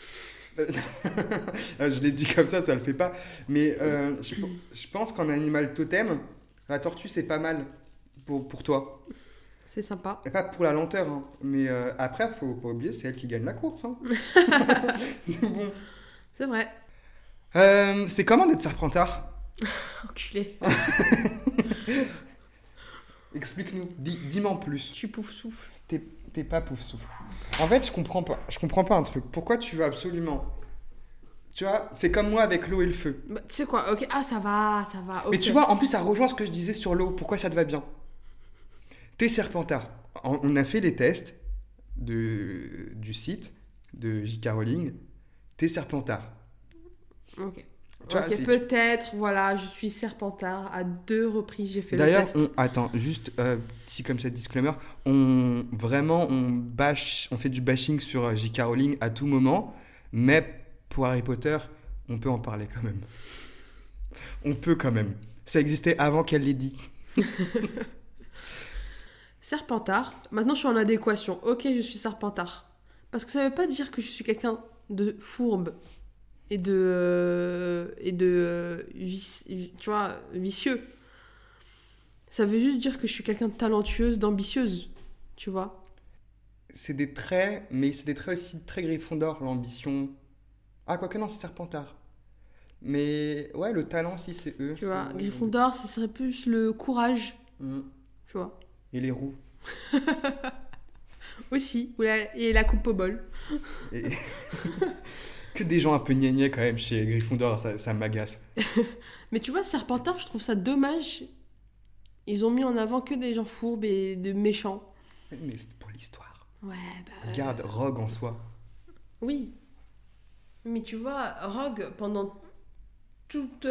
Je l'ai dit comme ça le fait pas. Mais je pense qu'en animal totem, la tortue, c'est pas mal pour toi. C'est sympa. Et pas pour la lenteur, hein. Mais après, faut pas oublier, c'est elle qui gagne la course. Hein. Bon. C'est vrai. C'est comment d'être serpentard? Enculé. Explique-nous. Dis-moi en plus. Tu pouf souffle. T'es pas pouf souffle. En fait, je comprends pas. Je comprends pas un truc. Pourquoi tu veux absolument... Tu vois, c'est comme moi avec l'eau et le feu. Bah, tu sais quoi, ok. Ah, ça va. Ok. Mais tu vois, en plus, ça rejoint ce que je disais sur l'eau. Pourquoi ça te va bien? T'es serpentard. On a fait les tests du site de J.K. Rowling. T'es serpentard. Ok. Tu vois, Ok, c'est- peut-être, voilà, je suis serpentard. À 2 reprises, j'ai fait le D'ailleurs, test. attends, juste petit comme ça disclaimer, on fait du bashing sur J.K. Rowling à tout moment, mais pour Harry Potter, on peut en parler quand même. On peut quand même. Ça existait avant qu'elle l'ait dit. Serpentard. Maintenant, je suis en adéquation. Ok, je suis serpentard. Parce que ça veut pas dire que je suis quelqu'un de fourbe et tu vois, vicieux. Ça veut juste dire que je suis quelqu'un de talentueuse, d'ambitieuse, tu vois. c'est des traits, mais c'est des traits aussi très Gryffondor, l'ambition. Ah, quoique non, c'est Serpentard. Mais ouais, le talent aussi, c'est eux. Tu vois, C'est- Gryffondor, ce serait plus le courage, Mm. tu vois. Et les roues. Aussi. Et la coupe au bol. Et- que des gens un peu gnangnan quand même chez Gryffondor, ça m'agace. Mais tu vois, Serpentard, je trouve ça dommage. Ils ont mis en avant que des gens fourbes et de méchants. Mais c'est pour l'histoire. Ouais, bah... Regarde, Rogue en soi. Oui. Mais tu vois, Rogue, pendant toute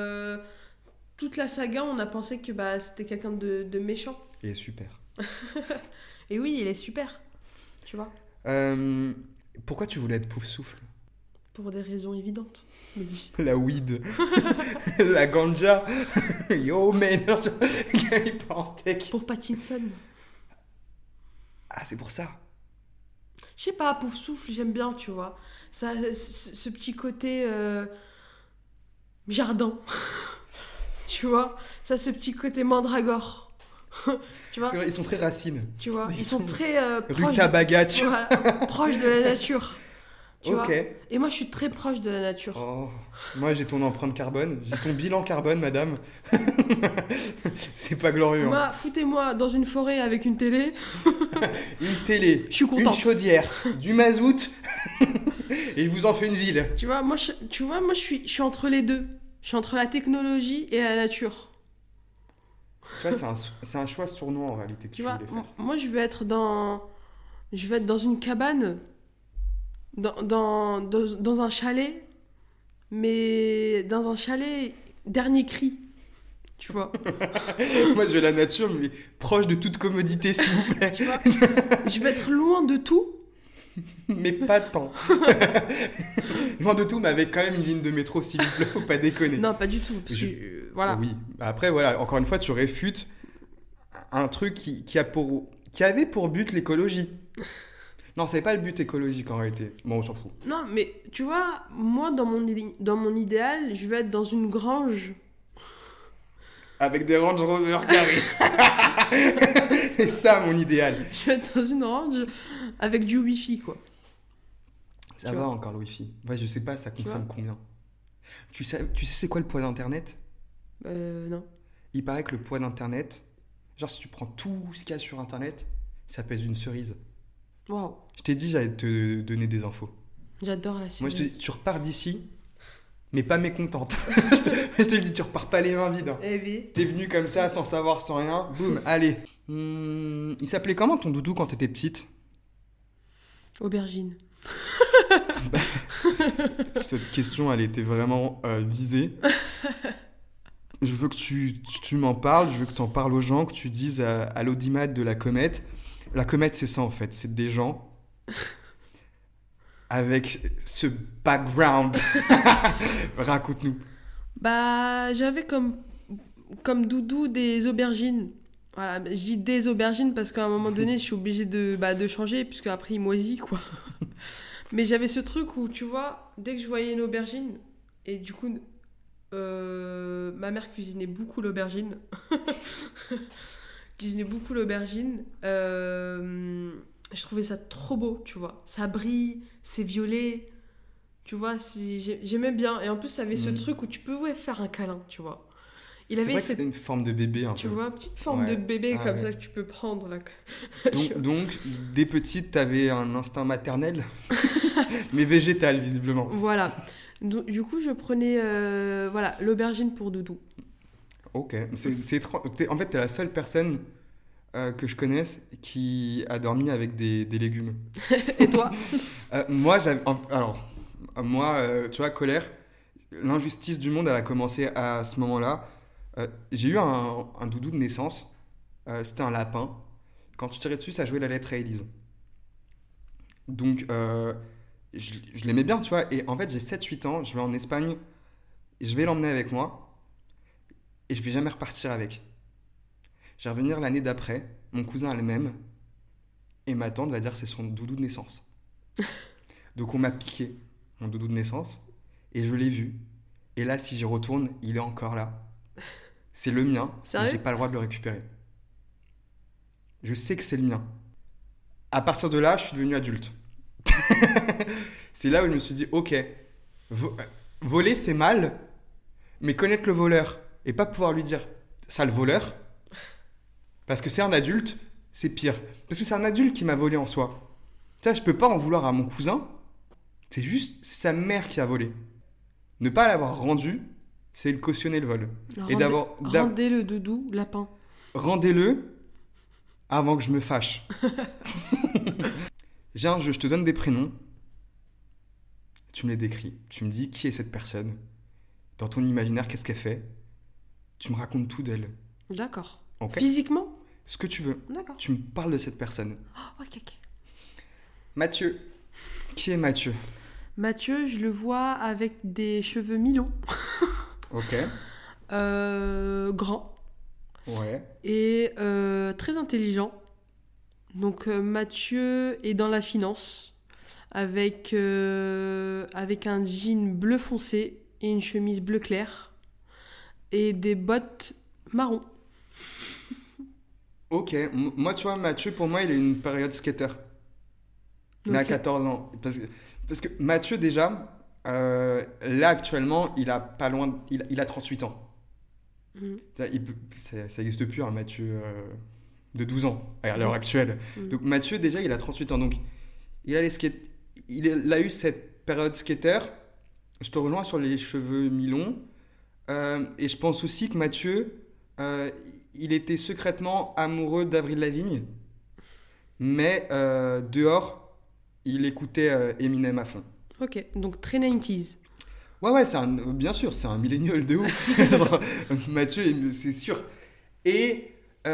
la saga, on a pensé que bah, c'était quelqu'un de méchant. Et super. Et oui, il est super. Tu vois. Pourquoi tu voulais être Poufsouffle? Pour des raisons évidentes, je me dis. La weed. La ganja. Yo, man. Il part en steak. Pour Pattinson. Ah, c'est pour ça. Je sais pas, Poufsouffle, j'aime bien, tu vois. Ça, ce petit côté jardin. Tu vois. Ça, ce petit côté mandragore. Tu vois. C'est vrai, ils sont très racines. Tu vois. Ils Ils sont sont très proches. Rutabaga, tu vois. Voilà, proches de la nature. Tu Ok. vois. Et moi, je suis très proche de la nature. Oh, moi j'ai ton empreinte carbone, j'ai ton bilan carbone, madame. C'est pas glorieux. Hein. Moi, foutez-moi dans une forêt avec une télé. Une télé, Je suis une contente. chaudière, du mazout, et je vous en fais une ville. Tu vois, moi, je suis entre les deux. Je suis entre la technologie et la nature. Tu vois, c'est un choix sournois en réalité que Tu tu vois, voulais faire. moi, je vais être dans une cabane, dans un chalet, mais dans un chalet dernier cri. Tu vois, Moi je veux la nature, mais proche de toute commodité, s'il vous plaît. tu vois, je vais être loin de tout. Mais pas tant. Loin de tout, mais avec quand même une ligne de métro, s'il vous plaît, faut pas déconner. Non, pas du tout. Parce que, voilà. Oui. Après, voilà, encore une fois, tu réfutes un truc qui avait pour but l'écologie. Non, c'est pas le but écologique en réalité. Bon, on s'en fout. Non, mais tu vois, moi, dans mon idéal, je vais être dans une grange. Avec des Range Rover carrés. C'est ça mon idéal. Je vais être dans une range avec du wifi, quoi. Ça Tu va vois. encore le Wi-Fi. Ouais, je sais pas, ça consomme vois. combien. Tu sais c'est quoi le poids d'Internet? Non. Il paraît que le poids d'Internet, genre si tu prends tout ce qu'il y a sur Internet, ça pèse une cerise. Waouh. Je t'ai dit, j'allais te donner des infos. J'adore la Moi, cerise. je te dis, tu repars d'ici, mais pas mécontente. je te le dis, tu repars pas les mains vides. Hein. Eh oui. T'es venu comme ça, sans savoir, sans rien, boum, allez. Il s'appelait comment ton doudou quand t'étais petite? Aubergine. Cette question, elle était vraiment visée. Je veux que tu m'en parles, je veux que tu en parles aux gens, que tu dises à l'audimat de la comète. La comète, c'est ça en fait, c'est des gens avec ce background. Raconte-nous. Bah, j'avais comme doudou des aubergines. Voilà, je dis des aubergines parce qu'à un moment donné, je suis obligée de changer, puisque après, il moisit, quoi. Mais j'avais ce truc où, tu vois, dès que je voyais une aubergine, et du coup, ma mère cuisinait beaucoup l'aubergine. Cuisinait beaucoup l'aubergine. Je trouvais ça trop beau, tu vois. Ça brille, c'est violet. Tu vois, j'aimais bien. Et en plus, ça avait ce truc où tu pouvais faire un câlin, tu vois. Il C'est avait vrai que cette, c'était une forme de bébé un tu peu. vois, petite forme Ouais. de bébé Ah comme ouais. ça que tu peux prendre là. Donc, dès petite, t'avais un instinct maternel, mais végétal visiblement. Voilà. Du coup, je prenais voilà, l'aubergine pour doudou. Ok, c'est étrange. En fait, t'es la seule personne que je connaisse qui a dormi avec des légumes. Et toi? Moi, tu vois, colère, l'injustice du monde, elle a commencé à ce moment-là. J'ai eu un doudou de naissance. C'était un lapin. Quand tu tirais dessus, ça jouait la lettre à Élise. Donc, je l'aimais bien, tu vois. Et en fait, j'ai 7-8 ans, je vais en Espagne, et je vais l'emmener avec moi, et je vais jamais repartir avec. Je vais revenir l'année d'après, mon cousin a le même, et ma tante va dire que c'est son doudou de naissance. Donc on m'a piqué mon doudou de naissance, et je l'ai vu. Et là, si j'y retourne, il est encore là. C'est le mien, Sérieux et j'ai pas le droit de le récupérer. Je sais que c'est le mien. À partir de là, je suis devenu adulte. C'est là où je me suis dit, ok, voler c'est mal, mais connaître le voleur et pas pouvoir lui dire sale voleur, parce que c'est un adulte, c'est pire. Parce que c'est un adulte qui m'a volé en soi. Ça, je peux pas en vouloir à mon cousin, c'est sa mère qui a volé. Ne pas l'avoir rendu, c'est le cautionner le vol. Rendez le doudou, lapin. Rendez-le avant que je me fâche. J'ai un jeu, je te donne des prénoms. Tu me les décris. Tu me dis qui est cette personne. Dans ton imaginaire, qu'est-ce qu'elle fait. Tu me racontes tout d'elle. D'accord. Ok. Physiquement ? Ce que tu veux. D'accord. Tu me parles de cette personne. Oh, ok. Mathieu. Qui est Mathieu ? Mathieu, je le vois avec des cheveux mi-longs. Ok. Grand. Ouais. Et très intelligent. Donc Mathieu est dans la finance avec un jean bleu foncé et une chemise bleu clair et des bottes marron. Ok. Moi, tu vois, Mathieu, pour moi, il est une période skater. Il a 14 ans. Parce que Mathieu, déjà, là, actuellement, il a pas loin... Il a 38 ans. Ça n'existe plus, un Mathieu de 12 ans, à l'heure actuelle. Donc Mathieu, déjà, il a 38 ans. Donc, il a eu cette période skater. Je te rejoins sur les cheveux mi-longs. Et je pense aussi que Mathieu, il était secrètement amoureux d'Avril Lavigne. Mais dehors, il écoutait Eminem à fond. Ok, donc très 90s. Ouais, bien sûr, c'est un millénial de ouf. Mathieu, c'est sûr. Et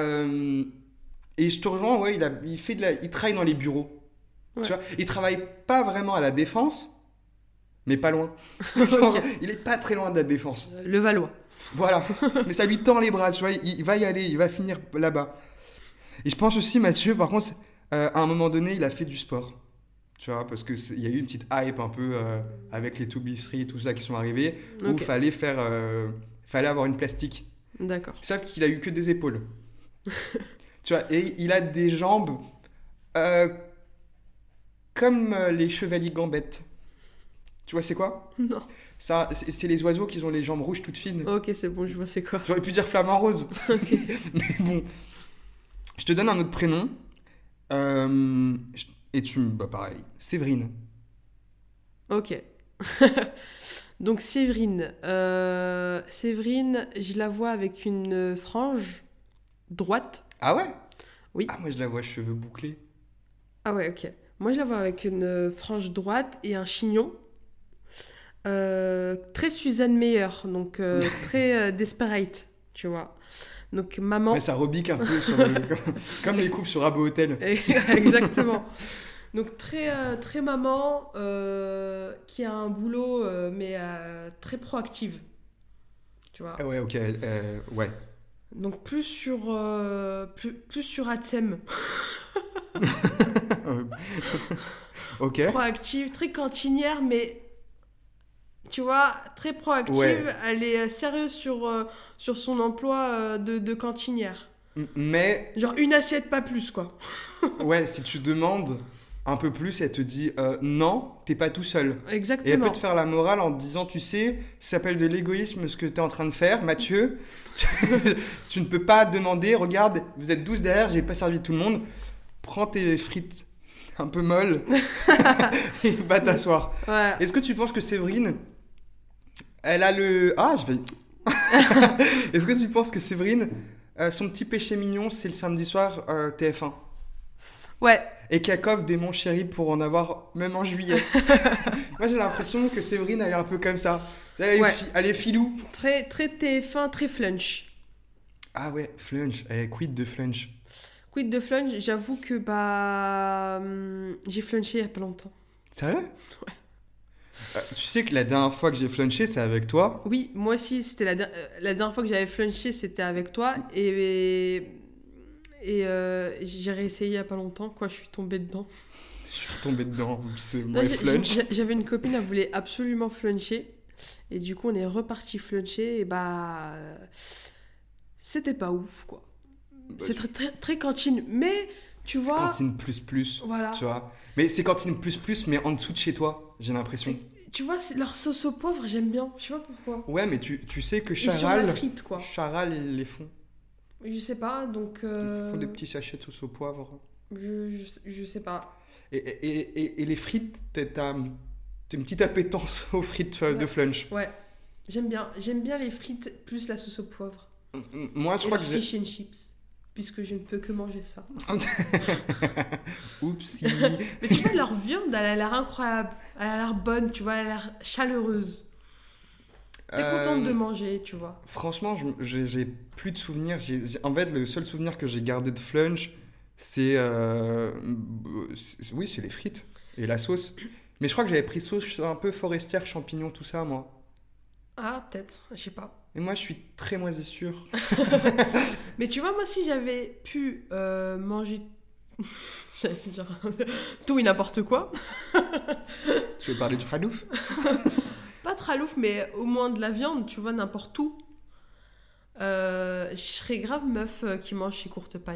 je te rejoins, ouais, il travaille dans les bureaux. Ouais. Tu vois, il travaille pas vraiment à la défense, mais pas loin. Genre, Ok. Il est pas très loin de la défense. Le Valois. Voilà. Mais ça lui tend les bras, tu vois, il va y aller, il va finir là-bas. Et je pense aussi, Mathieu, par contre, à un moment donné, il a fait du sport. Tu vois, parce qu'il y a eu une petite hype un peu avec les 2B3 et tout ça qui sont arrivés, où il Ok. fallait avoir une plastique. D'accord. Sauf qu'il a eu que des épaules. Tu vois, et il a des jambes comme les chevaliers gambettes. Tu vois, c'est quoi ? Non. Ça, c'est les oiseaux qui ont les jambes rouges toutes fines. Ok, c'est bon, je vois c'est quoi. J'aurais pu dire flamant rose. Ok. Mais bon. Je te donne un autre prénom. Pareil. Séverine. Ok. Donc Séverine. Séverine, je la vois avec une frange droite. Ah ouais ? Oui. Ah, moi je la vois cheveux bouclés. Ah ouais, ok. Moi, je la vois avec une frange droite et un chignon. Très Suzanne Meyer, donc très Desperate, tu vois. Donc maman... Mais ça rebique un peu comme les couples sur Abo Hotel. Exactement. Donc très maman qui a un boulot mais très proactive, tu vois. Ah ouais, ok. Ouais. Donc plus sur Atsem. Ok. Proactive, très cantinière, mais tu vois, très proactive. Ouais. Elle est sérieuse sur son emploi de cantinière. Mais, Genre une assiette, pas plus, quoi. ouais, si tu demandes un peu plus, elle te dit non, t'es pas tout seul. Et elle Exactement. peut te faire la morale en te disant, tu sais, ça s'appelle de l'égoïsme ce que t'es en train de faire, Mathieu. Tu ne peux pas demander, regarde, vous êtes 12 derrière, j'ai pas servi tout le monde. Prends tes frites un peu molles et va t'asseoir. Ouais. Est-ce que tu penses que Séverine, elle a le... Ah, je vais... Est-ce que tu penses que Séverine, son petit péché mignon, c'est le samedi soir TF1 Ouais. et qu'elle coffre des Mon Chéri pour en avoir même en juillet? Moi, j'ai l'impression que Séverine, elle est un peu comme ça. Elle est, Ouais. Elle est filou. Très TF1, très flunch. Ah ouais, Flunch. Elle est quid de Flunch? Quid de flunch, j'avoue que j'ai flunché il y a pas longtemps. Sérieux? Ouais. Tu sais que la dernière fois que j'ai flunché, c'est avec toi. Oui, moi aussi, c'était la dernière fois que j'avais flunché, c'était avec toi. Et j'ai réessayé il y a pas longtemps, quoi, je suis tombée dedans. Je suis tombé dedans. C'est Non, moi flunch. J'avais une copine, elle voulait absolument fluncher. Et du coup, on est reparti fluncher. Et c'était pas ouf, quoi. C'est très, très, très cantine. Mais Tu C'est vois, cantine plus, voilà. tu vois. Mais c'est cantine plus, mais en dessous de chez toi, j'ai l'impression. Tu vois, leur sauce au poivre, j'aime bien. Je sais pas pourquoi. Ouais, mais tu sais que Et sur la Charal, frite, quoi. ils les font. Je sais pas, donc... Ils font des petits sachets de sauce au poivre. Je sais pas. Et les frites, t'as une petite appétence aux frites de Ouais. Flunch. Ouais, j'aime bien. J'aime bien les frites plus la sauce au poivre. Moi, je Et crois leur que j'ai... fish and chips. Puisque je ne peux que manger ça. Oupsie. Mais tu vois, leur viande, elle a l'air incroyable. Elle a l'air bonne, tu vois, elle a l'air chaleureuse. T'es contente de manger, tu vois. Franchement, j'ai plus de souvenirs. En fait, le seul souvenir que j'ai gardé de Flunch, c'est oui, c'est les frites et la sauce. Mais je crois que j'avais pris sauce un peu forestière, champignons, tout ça, moi. Ah, peut-être, je sais pas. Et moi, je suis très moisissure. Mais tu vois, moi, si j'avais pu manger... j'allais dire tout et n'importe quoi. Tu veux parler du halouf? Pas tralouf, mais au moins de la viande, tu vois, n'importe où. Je serais grave meuf qui mange chez Courte Paille.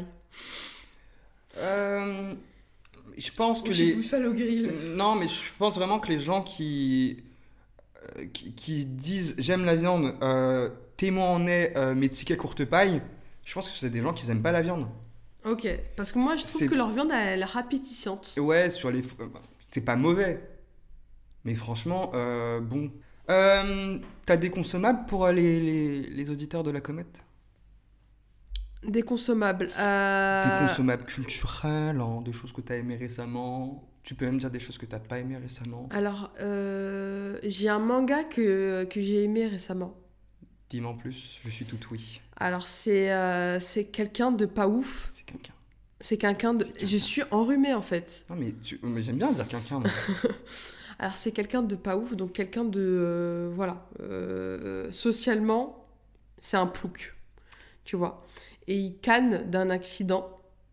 Je pense que Ou chez Buffalo Grill. Non, mais je pense vraiment que les gens qui disent j'aime la viande, témoin en est mes tickets Courte Paille, je pense que c'est des gens qui n'aiment pas la viande. Ok, parce que moi, je trouve C'est- que leur viande, elle a l'air appétissante. Ouais, c'est pas mauvais. Mais franchement, bon. T'as des consommables pour les auditeurs de la comète? Des consommables. Des consommables culturels, hein, des choses que t'as aimées récemment. Tu peux même dire des choses que t'as pas aimées récemment. Alors, j'ai un manga que j'ai aimé récemment. Dis-moi en plus, je suis tout oui. Alors, c'est quelqu'un de pas ouf. C'est quelqu'un. C'est quelqu'un de... C'est quelqu'un. Je suis enrhumée, en fait. Non, mais j'aime bien dire quelqu'un, moi. Alors, c'est quelqu'un de pas ouf, donc quelqu'un de... voilà. Socialement, c'est un plouc. Tu vois. Et il canne d'un accident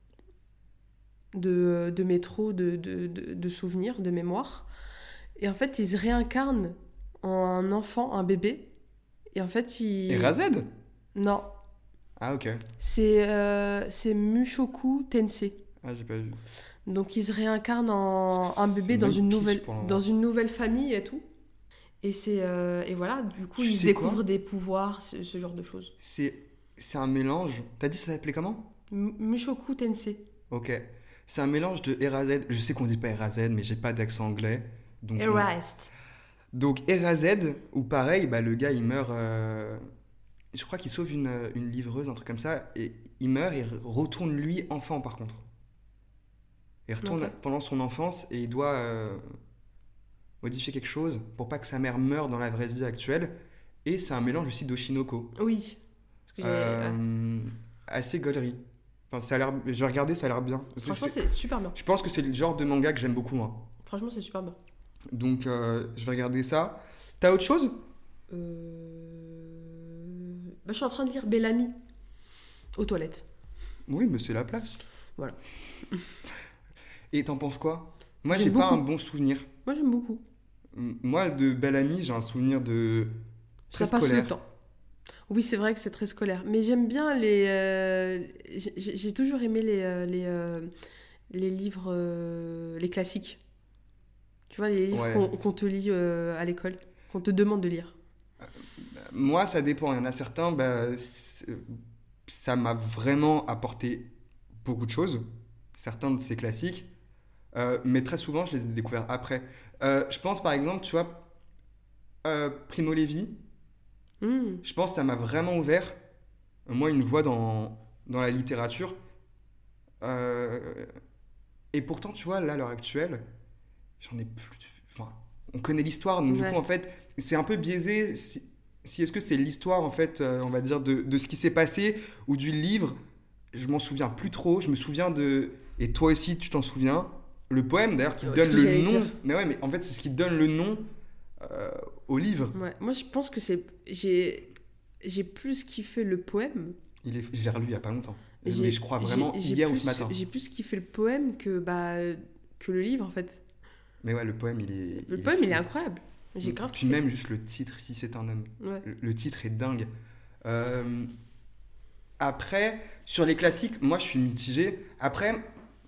de métro, de souvenirs, de mémoire. Et en fait, il se réincarne en un enfant, un bébé. Et en fait, il... Et Razed? Non. Ah, ok. C'est Mushoku Tensei. Ah, j'ai pas vu. Donc, il se réincarne en un bébé C'est dans même une, pitch nouvelle, pour l'instant. dans une nouvelle famille et tout. Et, et voilà, du coup, Tu il sais découvre quoi des pouvoirs, ce genre de choses. C'est un mélange. T'as dit ça s'appelait comment? Mushoku Tensei. Ok. C'est un mélange de Erazed. Je sais qu'on dit pas Erazed, mais j'ai pas d'accent anglais. Donc, Erased. Donc Erazed, où pareil, bah, le gars il meurt. Je crois qu'il sauve une livreuse, un truc comme ça, et il meurt et retourne lui enfant par contre. Il retourne Ok. pendant son enfance et il doit modifier quelque chose pour pas que sa mère meure dans la vraie vie actuelle. Et c'est un mélange aussi d'Oshinoko. Oui. Parce que ouais. Assez gaulerie. Enfin, ça a l'air. J'ai regardé, ça a l'air bien. Franchement, c'est super bien. Je pense que c'est le genre de manga que j'aime beaucoup, moi. Franchement, c'est super bien. Donc je vais regarder ça. T'as autre chose? Bah, je suis en train de lire Bellamy aux toilettes. Oui, mais c'est la place. Voilà. Et t'en penses quoi? Moi, J'aime j'ai pas beaucoup. un bon souvenir. Moi, j'aime beaucoup. Moi, de Bellamy, j'ai un souvenir de très Ça passe scolaire. le temps. Oui, c'est vrai que c'est très scolaire. Mais j'aime bien les... j'ai toujours aimé les livres, les classiques. Tu vois, les livres Ouais. qu'on te lit à l'école, qu'on te demande de lire. Moi, ça dépend. Il y en a certains, bah, ça m'a vraiment apporté beaucoup de choses. Certains de ces classiques. Mais très souvent, je les ai découverts après. Je pense, par exemple, tu vois, Primo Levi. Hmm. Je pense que ça m'a vraiment ouvert, moi, une voie dans la littérature. Et pourtant, tu vois, là, à l'heure actuelle, j'en ai plus... Enfin, on connaît l'histoire, donc du Ouais. coup, en fait, c'est un peu biaisé. Si est-ce que c'est l'histoire, en fait, on va dire, de ce qui s'est passé, ou du livre, je m'en souviens plus trop. Je me souviens de... Et toi aussi, tu t'en souviens. Le poème, d'ailleurs, qui Ouais, donne ce que le j'allais nom... dire. Mais ouais, mais en fait, c'est ce qui donne le nom au livre. Ouais. Moi, je pense que j'ai plus kiffé le poème. J'ai relu il y a pas longtemps. Mais J'ai- je crois vraiment j'ai hier ou plus- ce matin. J'ai plus kiffé le poème que le livre, en fait. Mais ouais, le poème, il est... Le poème, il est fou. incroyable. J'ai grave Puis kiffé. même juste le titre, Si c'est un homme. Ouais. Le titre est dingue. Après, sur les classiques, moi, je suis mitigé. Après,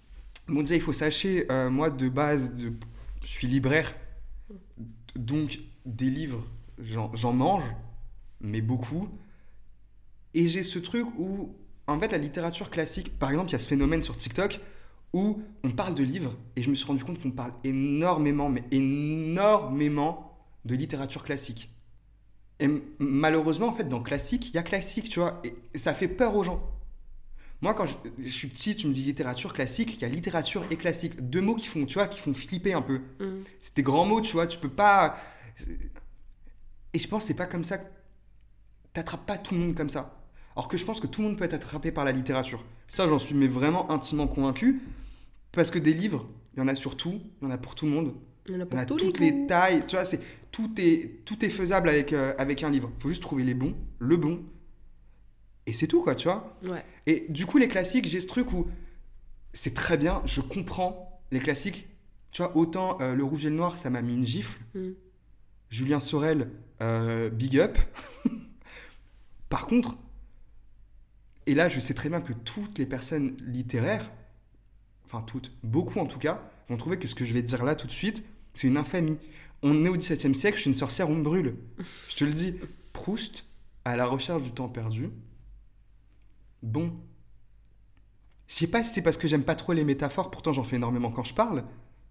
Bon, déjà, il faut sachez, moi, de base, je suis libraire. Donc, des livres, j'en mange, mais beaucoup. Et j'ai ce truc où, en fait, la littérature classique, par exemple, il y a ce phénomène sur TikTok où on parle de livres, et je me suis rendu compte qu'on parle énormément, mais énormément de littérature classique. Et malheureusement, en fait, dans classique, il y a classique, tu vois, et ça fait peur aux gens. Moi, quand je suis petit, tu me dis littérature classique, il y a littérature et classique. Deux mots qui font, tu vois, qui font flipper un peu. C'est des grands mots, tu vois, tu peux pas... Et je pense que c'est pas comme ça que t'attrapes pas tout le monde comme ça. Alors que je pense que tout le monde peut être attrapé par la littérature. Ça, j'en suis mais vraiment intimement convaincu. Parce que des livres, il y en a sur tout, il y en a pour tout le monde. Il y en a Il y pour en a tous toutes les les goûts. tailles, tu vois, tout est faisable avec un livre. Il faut juste trouver les bons, le bon, et c'est tout, quoi, tu vois. Ouais. Et du coup, les classiques, j'ai ce truc où c'est très bien, je comprends les classiques. Tu vois, autant Le Rouge et le Noir, ça m'a mis une gifle. Julien Sorel, big up. Par contre, et là, je sais très bien que toutes les personnes littéraires, enfin toutes, beaucoup en tout cas, vont trouver que ce que je vais te dire là tout de suite, c'est une infamie. On est au XVIIe siècle, je suis une sorcière, on me brûle. Je te le dis. Proust, à la recherche du temps perdu. Bon. Je sais pas si c'est parce que j'aime pas trop les métaphores, pourtant j'en fais énormément quand je parle.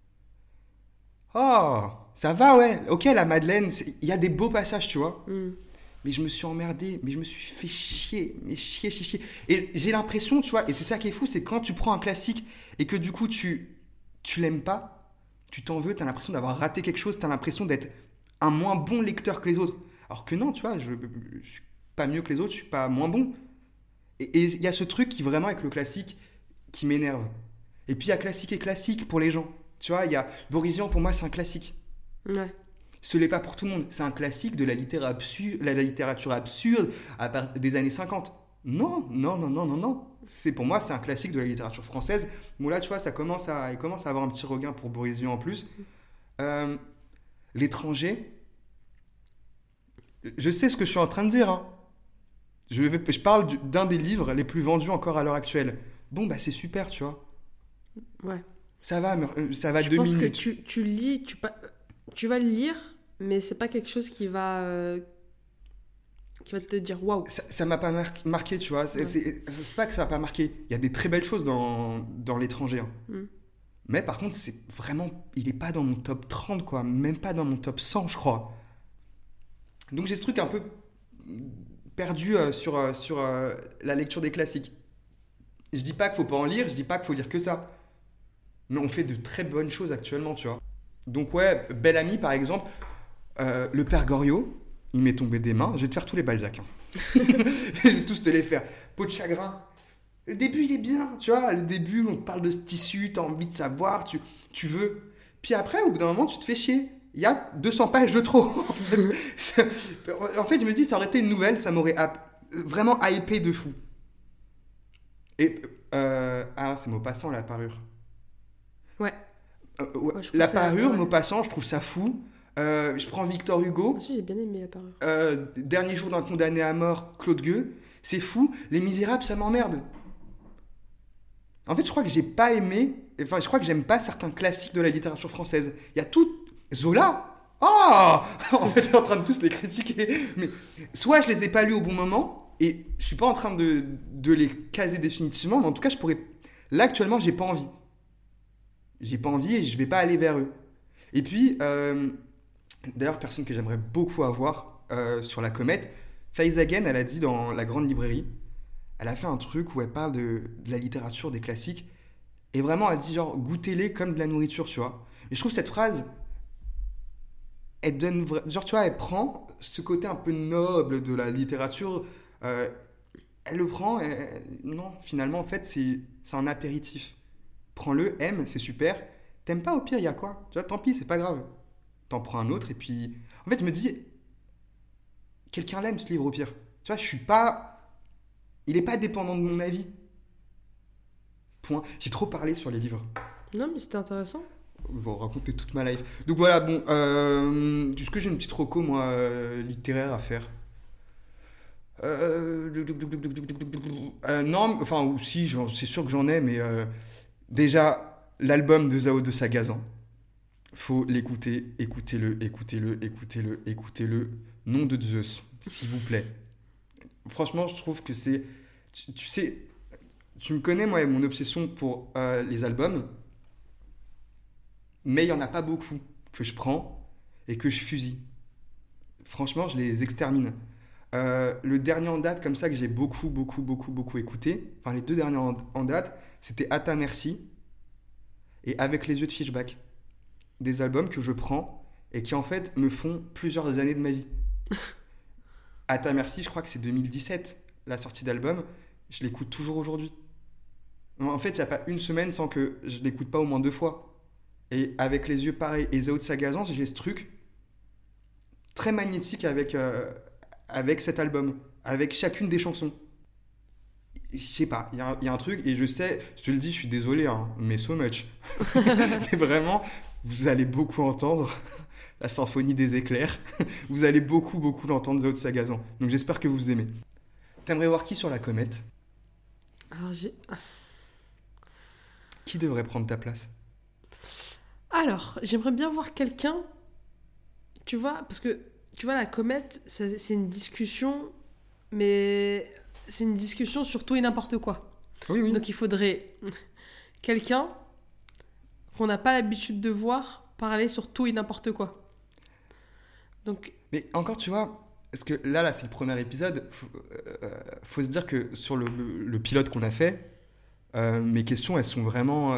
Oh, ça va, ouais. Ok, la Madeleine, il y a des beaux passages, tu vois. Mais je me suis emmerdé, mais je me suis fait chier, mais chier. Et j'ai l'impression, tu vois, et c'est ça qui est fou, c'est quand tu prends un classique et que du coup tu l'aimes pas, tu t'en veux, t'as l'impression d'avoir raté quelque chose, t'as l'impression d'être un moins bon lecteur que les autres. Alors que non, tu vois, je suis pas mieux que les autres, je suis pas moins bon. Et il y a ce truc qui vraiment avec le classique qui m'énerve. Et puis il y a classique et classique pour les gens. Tu vois, il y a Boris Vian, pour moi c'est un classique. Ouais. Ce n'est pas pour tout le monde. C'est un classique de la littérature absurde à partir des années 50. Non. Pour moi, c'est un classique de la littérature française. Bon, là, tu vois, il commence à avoir un petit regain pour Boris Vian en plus. L'étranger, je sais ce que je suis en train de dire. Hein. Je parle d'un des livres les plus vendus encore à l'heure actuelle. Bon, bah, c'est super, tu vois. Ouais. Ça va Je 2 pense minutes. que tu lis, tu vas le lire, mais c'est pas quelque chose qui va te dire waouh. Ça m'a pas marqué, tu vois. C'est pas que ça m'a pas marqué. Il y a des très belles choses dans l'étranger. Hein. Mais par contre, c'est vraiment... Il est pas dans mon top 30, quoi. Même pas dans mon top 100, je crois. Donc j'ai ce truc un peu perdu sur la lecture des classiques. Je dis pas qu'il faut pas en lire, je dis pas qu'il faut lire que ça. Mais on fait de très bonnes choses actuellement, tu vois. Donc ouais, Belle Amie, par exemple, le père Goriot, il m'est tombé des mains. Je vais te faire tous les Balzac. Hein. Je vais tous te les faire. Peau de chagrin. Le début, il est bien, tu vois. Le début, on te parle de ce tissu, t'as envie de savoir, tu veux. Puis après, au bout d'un moment, tu te fais chier. Il y a 200 pages de trop. En fait, je me dis, ça aurait été une nouvelle, ça m'aurait vraiment hypé de fou. Et... c'est Maupassant, la parure. Ouais. Ouais. Ouais, je trouve La ça- parure, ouais. Maupassant, je trouve ça fou. Je prends Victor Hugo. Moi aussi, j'ai bien aimé la parure. Dernier jour d'un condamné à mort, Claude Gueux. C'est fou. Les Misérables, ça m'emmerde. En fait, je crois que j'ai pas aimé... Enfin, je crois que j'aime pas certains classiques de la littérature française. Il y a tout... Zola. Oh. En fait, je suis en train de tous les critiquer. Mais soit je les ai pas lus au bon moment, et je suis pas en train de les caser définitivement, mais en tout cas, je pourrais... Là, actuellement, j'ai pas envie. J'ai pas envie et je vais pas aller vers eux. Et puis, d'ailleurs, personne que j'aimerais beaucoup avoir sur la comète, Faiza Again, elle a dit dans La Grande Librairie, elle a fait un truc où elle parle de la littérature, des classiques, et vraiment, elle dit genre, goûtez-les comme de la nourriture, tu vois. Et je trouve cette phrase, elle donne, genre, tu vois, elle prend ce côté un peu noble de la littérature, elle le prend, et non, finalement, en fait, c'est un apéritif. Prends-le, aime, c'est super. T'aimes pas, au pire, il y a quoi? Tu vois, tant pis, c'est pas grave. T'en prends un autre, et puis... En fait, je me dis, quelqu'un l'aime, ce livre, au pire. Tu vois, je suis pas... Il est pas dépendant de mon avis. Point. J'ai trop parlé sur les livres. Non, mais c'était intéressant. Je vais raconter toute ma life. Donc voilà, bon, est-ce que j'ai une petite reco, moi, littéraire à faire? Non, enfin, ou si, c'est sûr que j'en ai, mais déjà, l'album de Zao de Sagazan. Faut l'écouter, écoutez-le. Nom de Zeus, s'il vous plaît. Franchement, je trouve que c'est... Tu sais, tu me connais, moi, mon obsession pour les albums. Mais il n'y en a pas beaucoup que je prends et que je fusille. Franchement, je les extermine. Le dernier en date, comme ça, que j'ai beaucoup écouté, enfin les 2 derniers en date, c'était À ta merci et Avec les yeux de Fishback. Des albums que je prends et qui, en fait, me font plusieurs années de ma vie. À ta merci, je crois que c'est 2017, la sortie d'album. Je l'écoute toujours aujourd'hui. En fait, il n'y a pas une semaine sans que je l'écoute pas au moins 2 fois. Et Avec les yeux, pareil. Et Zao de Sagazan, j'ai ce truc très magnétique avec cet album, avec chacune des chansons. Je sais pas, il y a un truc, et je sais, je te le dis, je suis désolé, hein, mais so much. Mais vraiment, vous allez beaucoup entendre la symphonie des éclairs. Vous allez beaucoup l'entendre, Zao de Sagazan. Donc j'espère que vous aimez. T'aimerais voir qui sur la comète ? Alors, Qui devrait prendre ta place ? Alors, j'aimerais bien voir quelqu'un, tu vois, parce que, tu vois, la comète, c'est une discussion, mais c'est une discussion sur tout et n'importe quoi. Oui. Donc, il faudrait quelqu'un qu'on n'a pas l'habitude de voir parler sur tout et n'importe quoi. Donc... Mais encore, tu vois, parce que là c'est le premier épisode, faut se dire que sur le pilote qu'on a fait, mes questions, elles sont vraiment...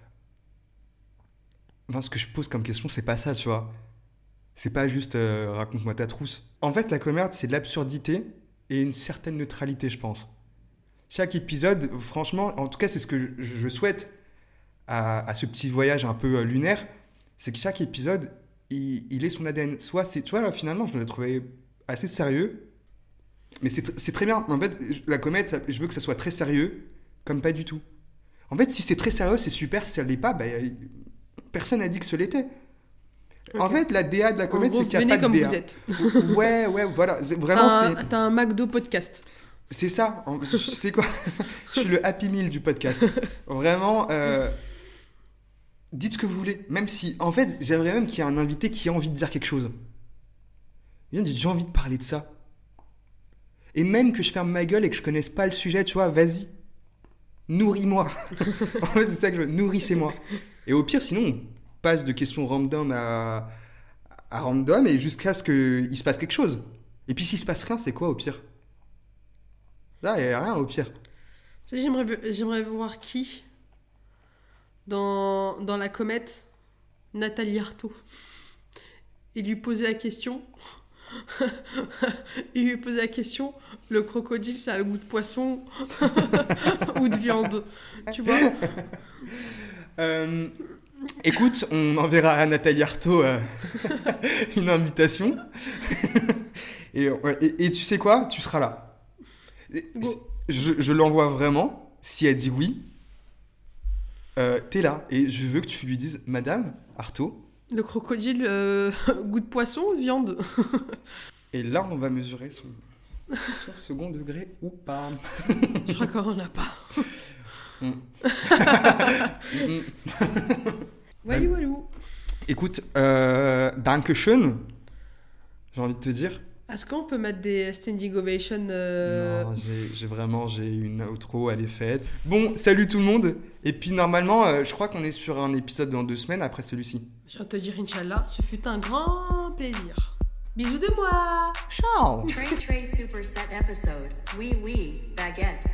Enfin, ce que je pose comme question, c'est pas ça, tu vois. C'est pas juste raconte-moi ta trousse. En fait, la comète, c'est de l'absurdité et une certaine neutralité, je pense. Chaque épisode, franchement, en tout cas, c'est ce que je souhaite à ce petit voyage un peu lunaire, c'est que chaque épisode, il ait son ADN. Soit c'est, tu vois, là, finalement, je l'ai trouvé assez sérieux, mais c'est très bien. En fait, la comète, je veux que ça soit très sérieux, comme pas du tout. En fait, si c'est très sérieux, c'est super. Si ça l'est pas, personne n'a dit que ce l'était. Okay. En fait, la DA de la comète, c'est qu'il n'y a pas de DA. Vous êtes. Ouais, voilà. T'as un McDo podcast. C'est ça. C'est quoi ? Je suis le Happy Meal du podcast. Vraiment, dites ce que vous voulez. Même si, en fait, j'aimerais même qu'il y ait un invité qui ait envie de dire quelque chose. Il vient de dire, j'ai envie de parler de ça. Et même que je ferme ma gueule et que je connaisse pas le sujet, tu vois, vas-y. Nourris-moi. En fait, c'est ça que je veux. Nourrissez-moi. Et au pire, sinon, on passe de questions random à random et jusqu'à ce qu'il se passe quelque chose. Et puis, s'il se passe rien, c'est quoi au pire ? Là, il n'y a rien au pire. Tu sais, j'aimerais voir qui dans la comète, Nathalie Arthaud, et lui poser la question. Il lui posait la question, le crocodile, ça a le goût de poisson ou de viande, tu vois. Écoute, on enverra à Nathalie Arthaud une invitation. et tu sais quoi ? Tu seras là. Je l'envoie vraiment. Si elle dit oui, t'es là. Et je veux que tu lui dises, Madame Arthaud, le crocodile, goût de poisson ou de viande ? Et là, on va mesurer son second degré ou pas. Je crois qu'on n'en a pas. Walou. Écoute, Dankeschön, j'ai envie de te dire. Est-ce qu'on peut mettre des standing ovation Non, j'ai une outro, elle est faite. Bon, salut tout le monde. Et puis normalement, je crois qu'on est sur un épisode dans 2 semaines après celui-ci. Je vais te dire, Inch'Allah, ce fut un grand plaisir. Bisous de moi. Ciao. Trey Super Set episode. Oui, baguette.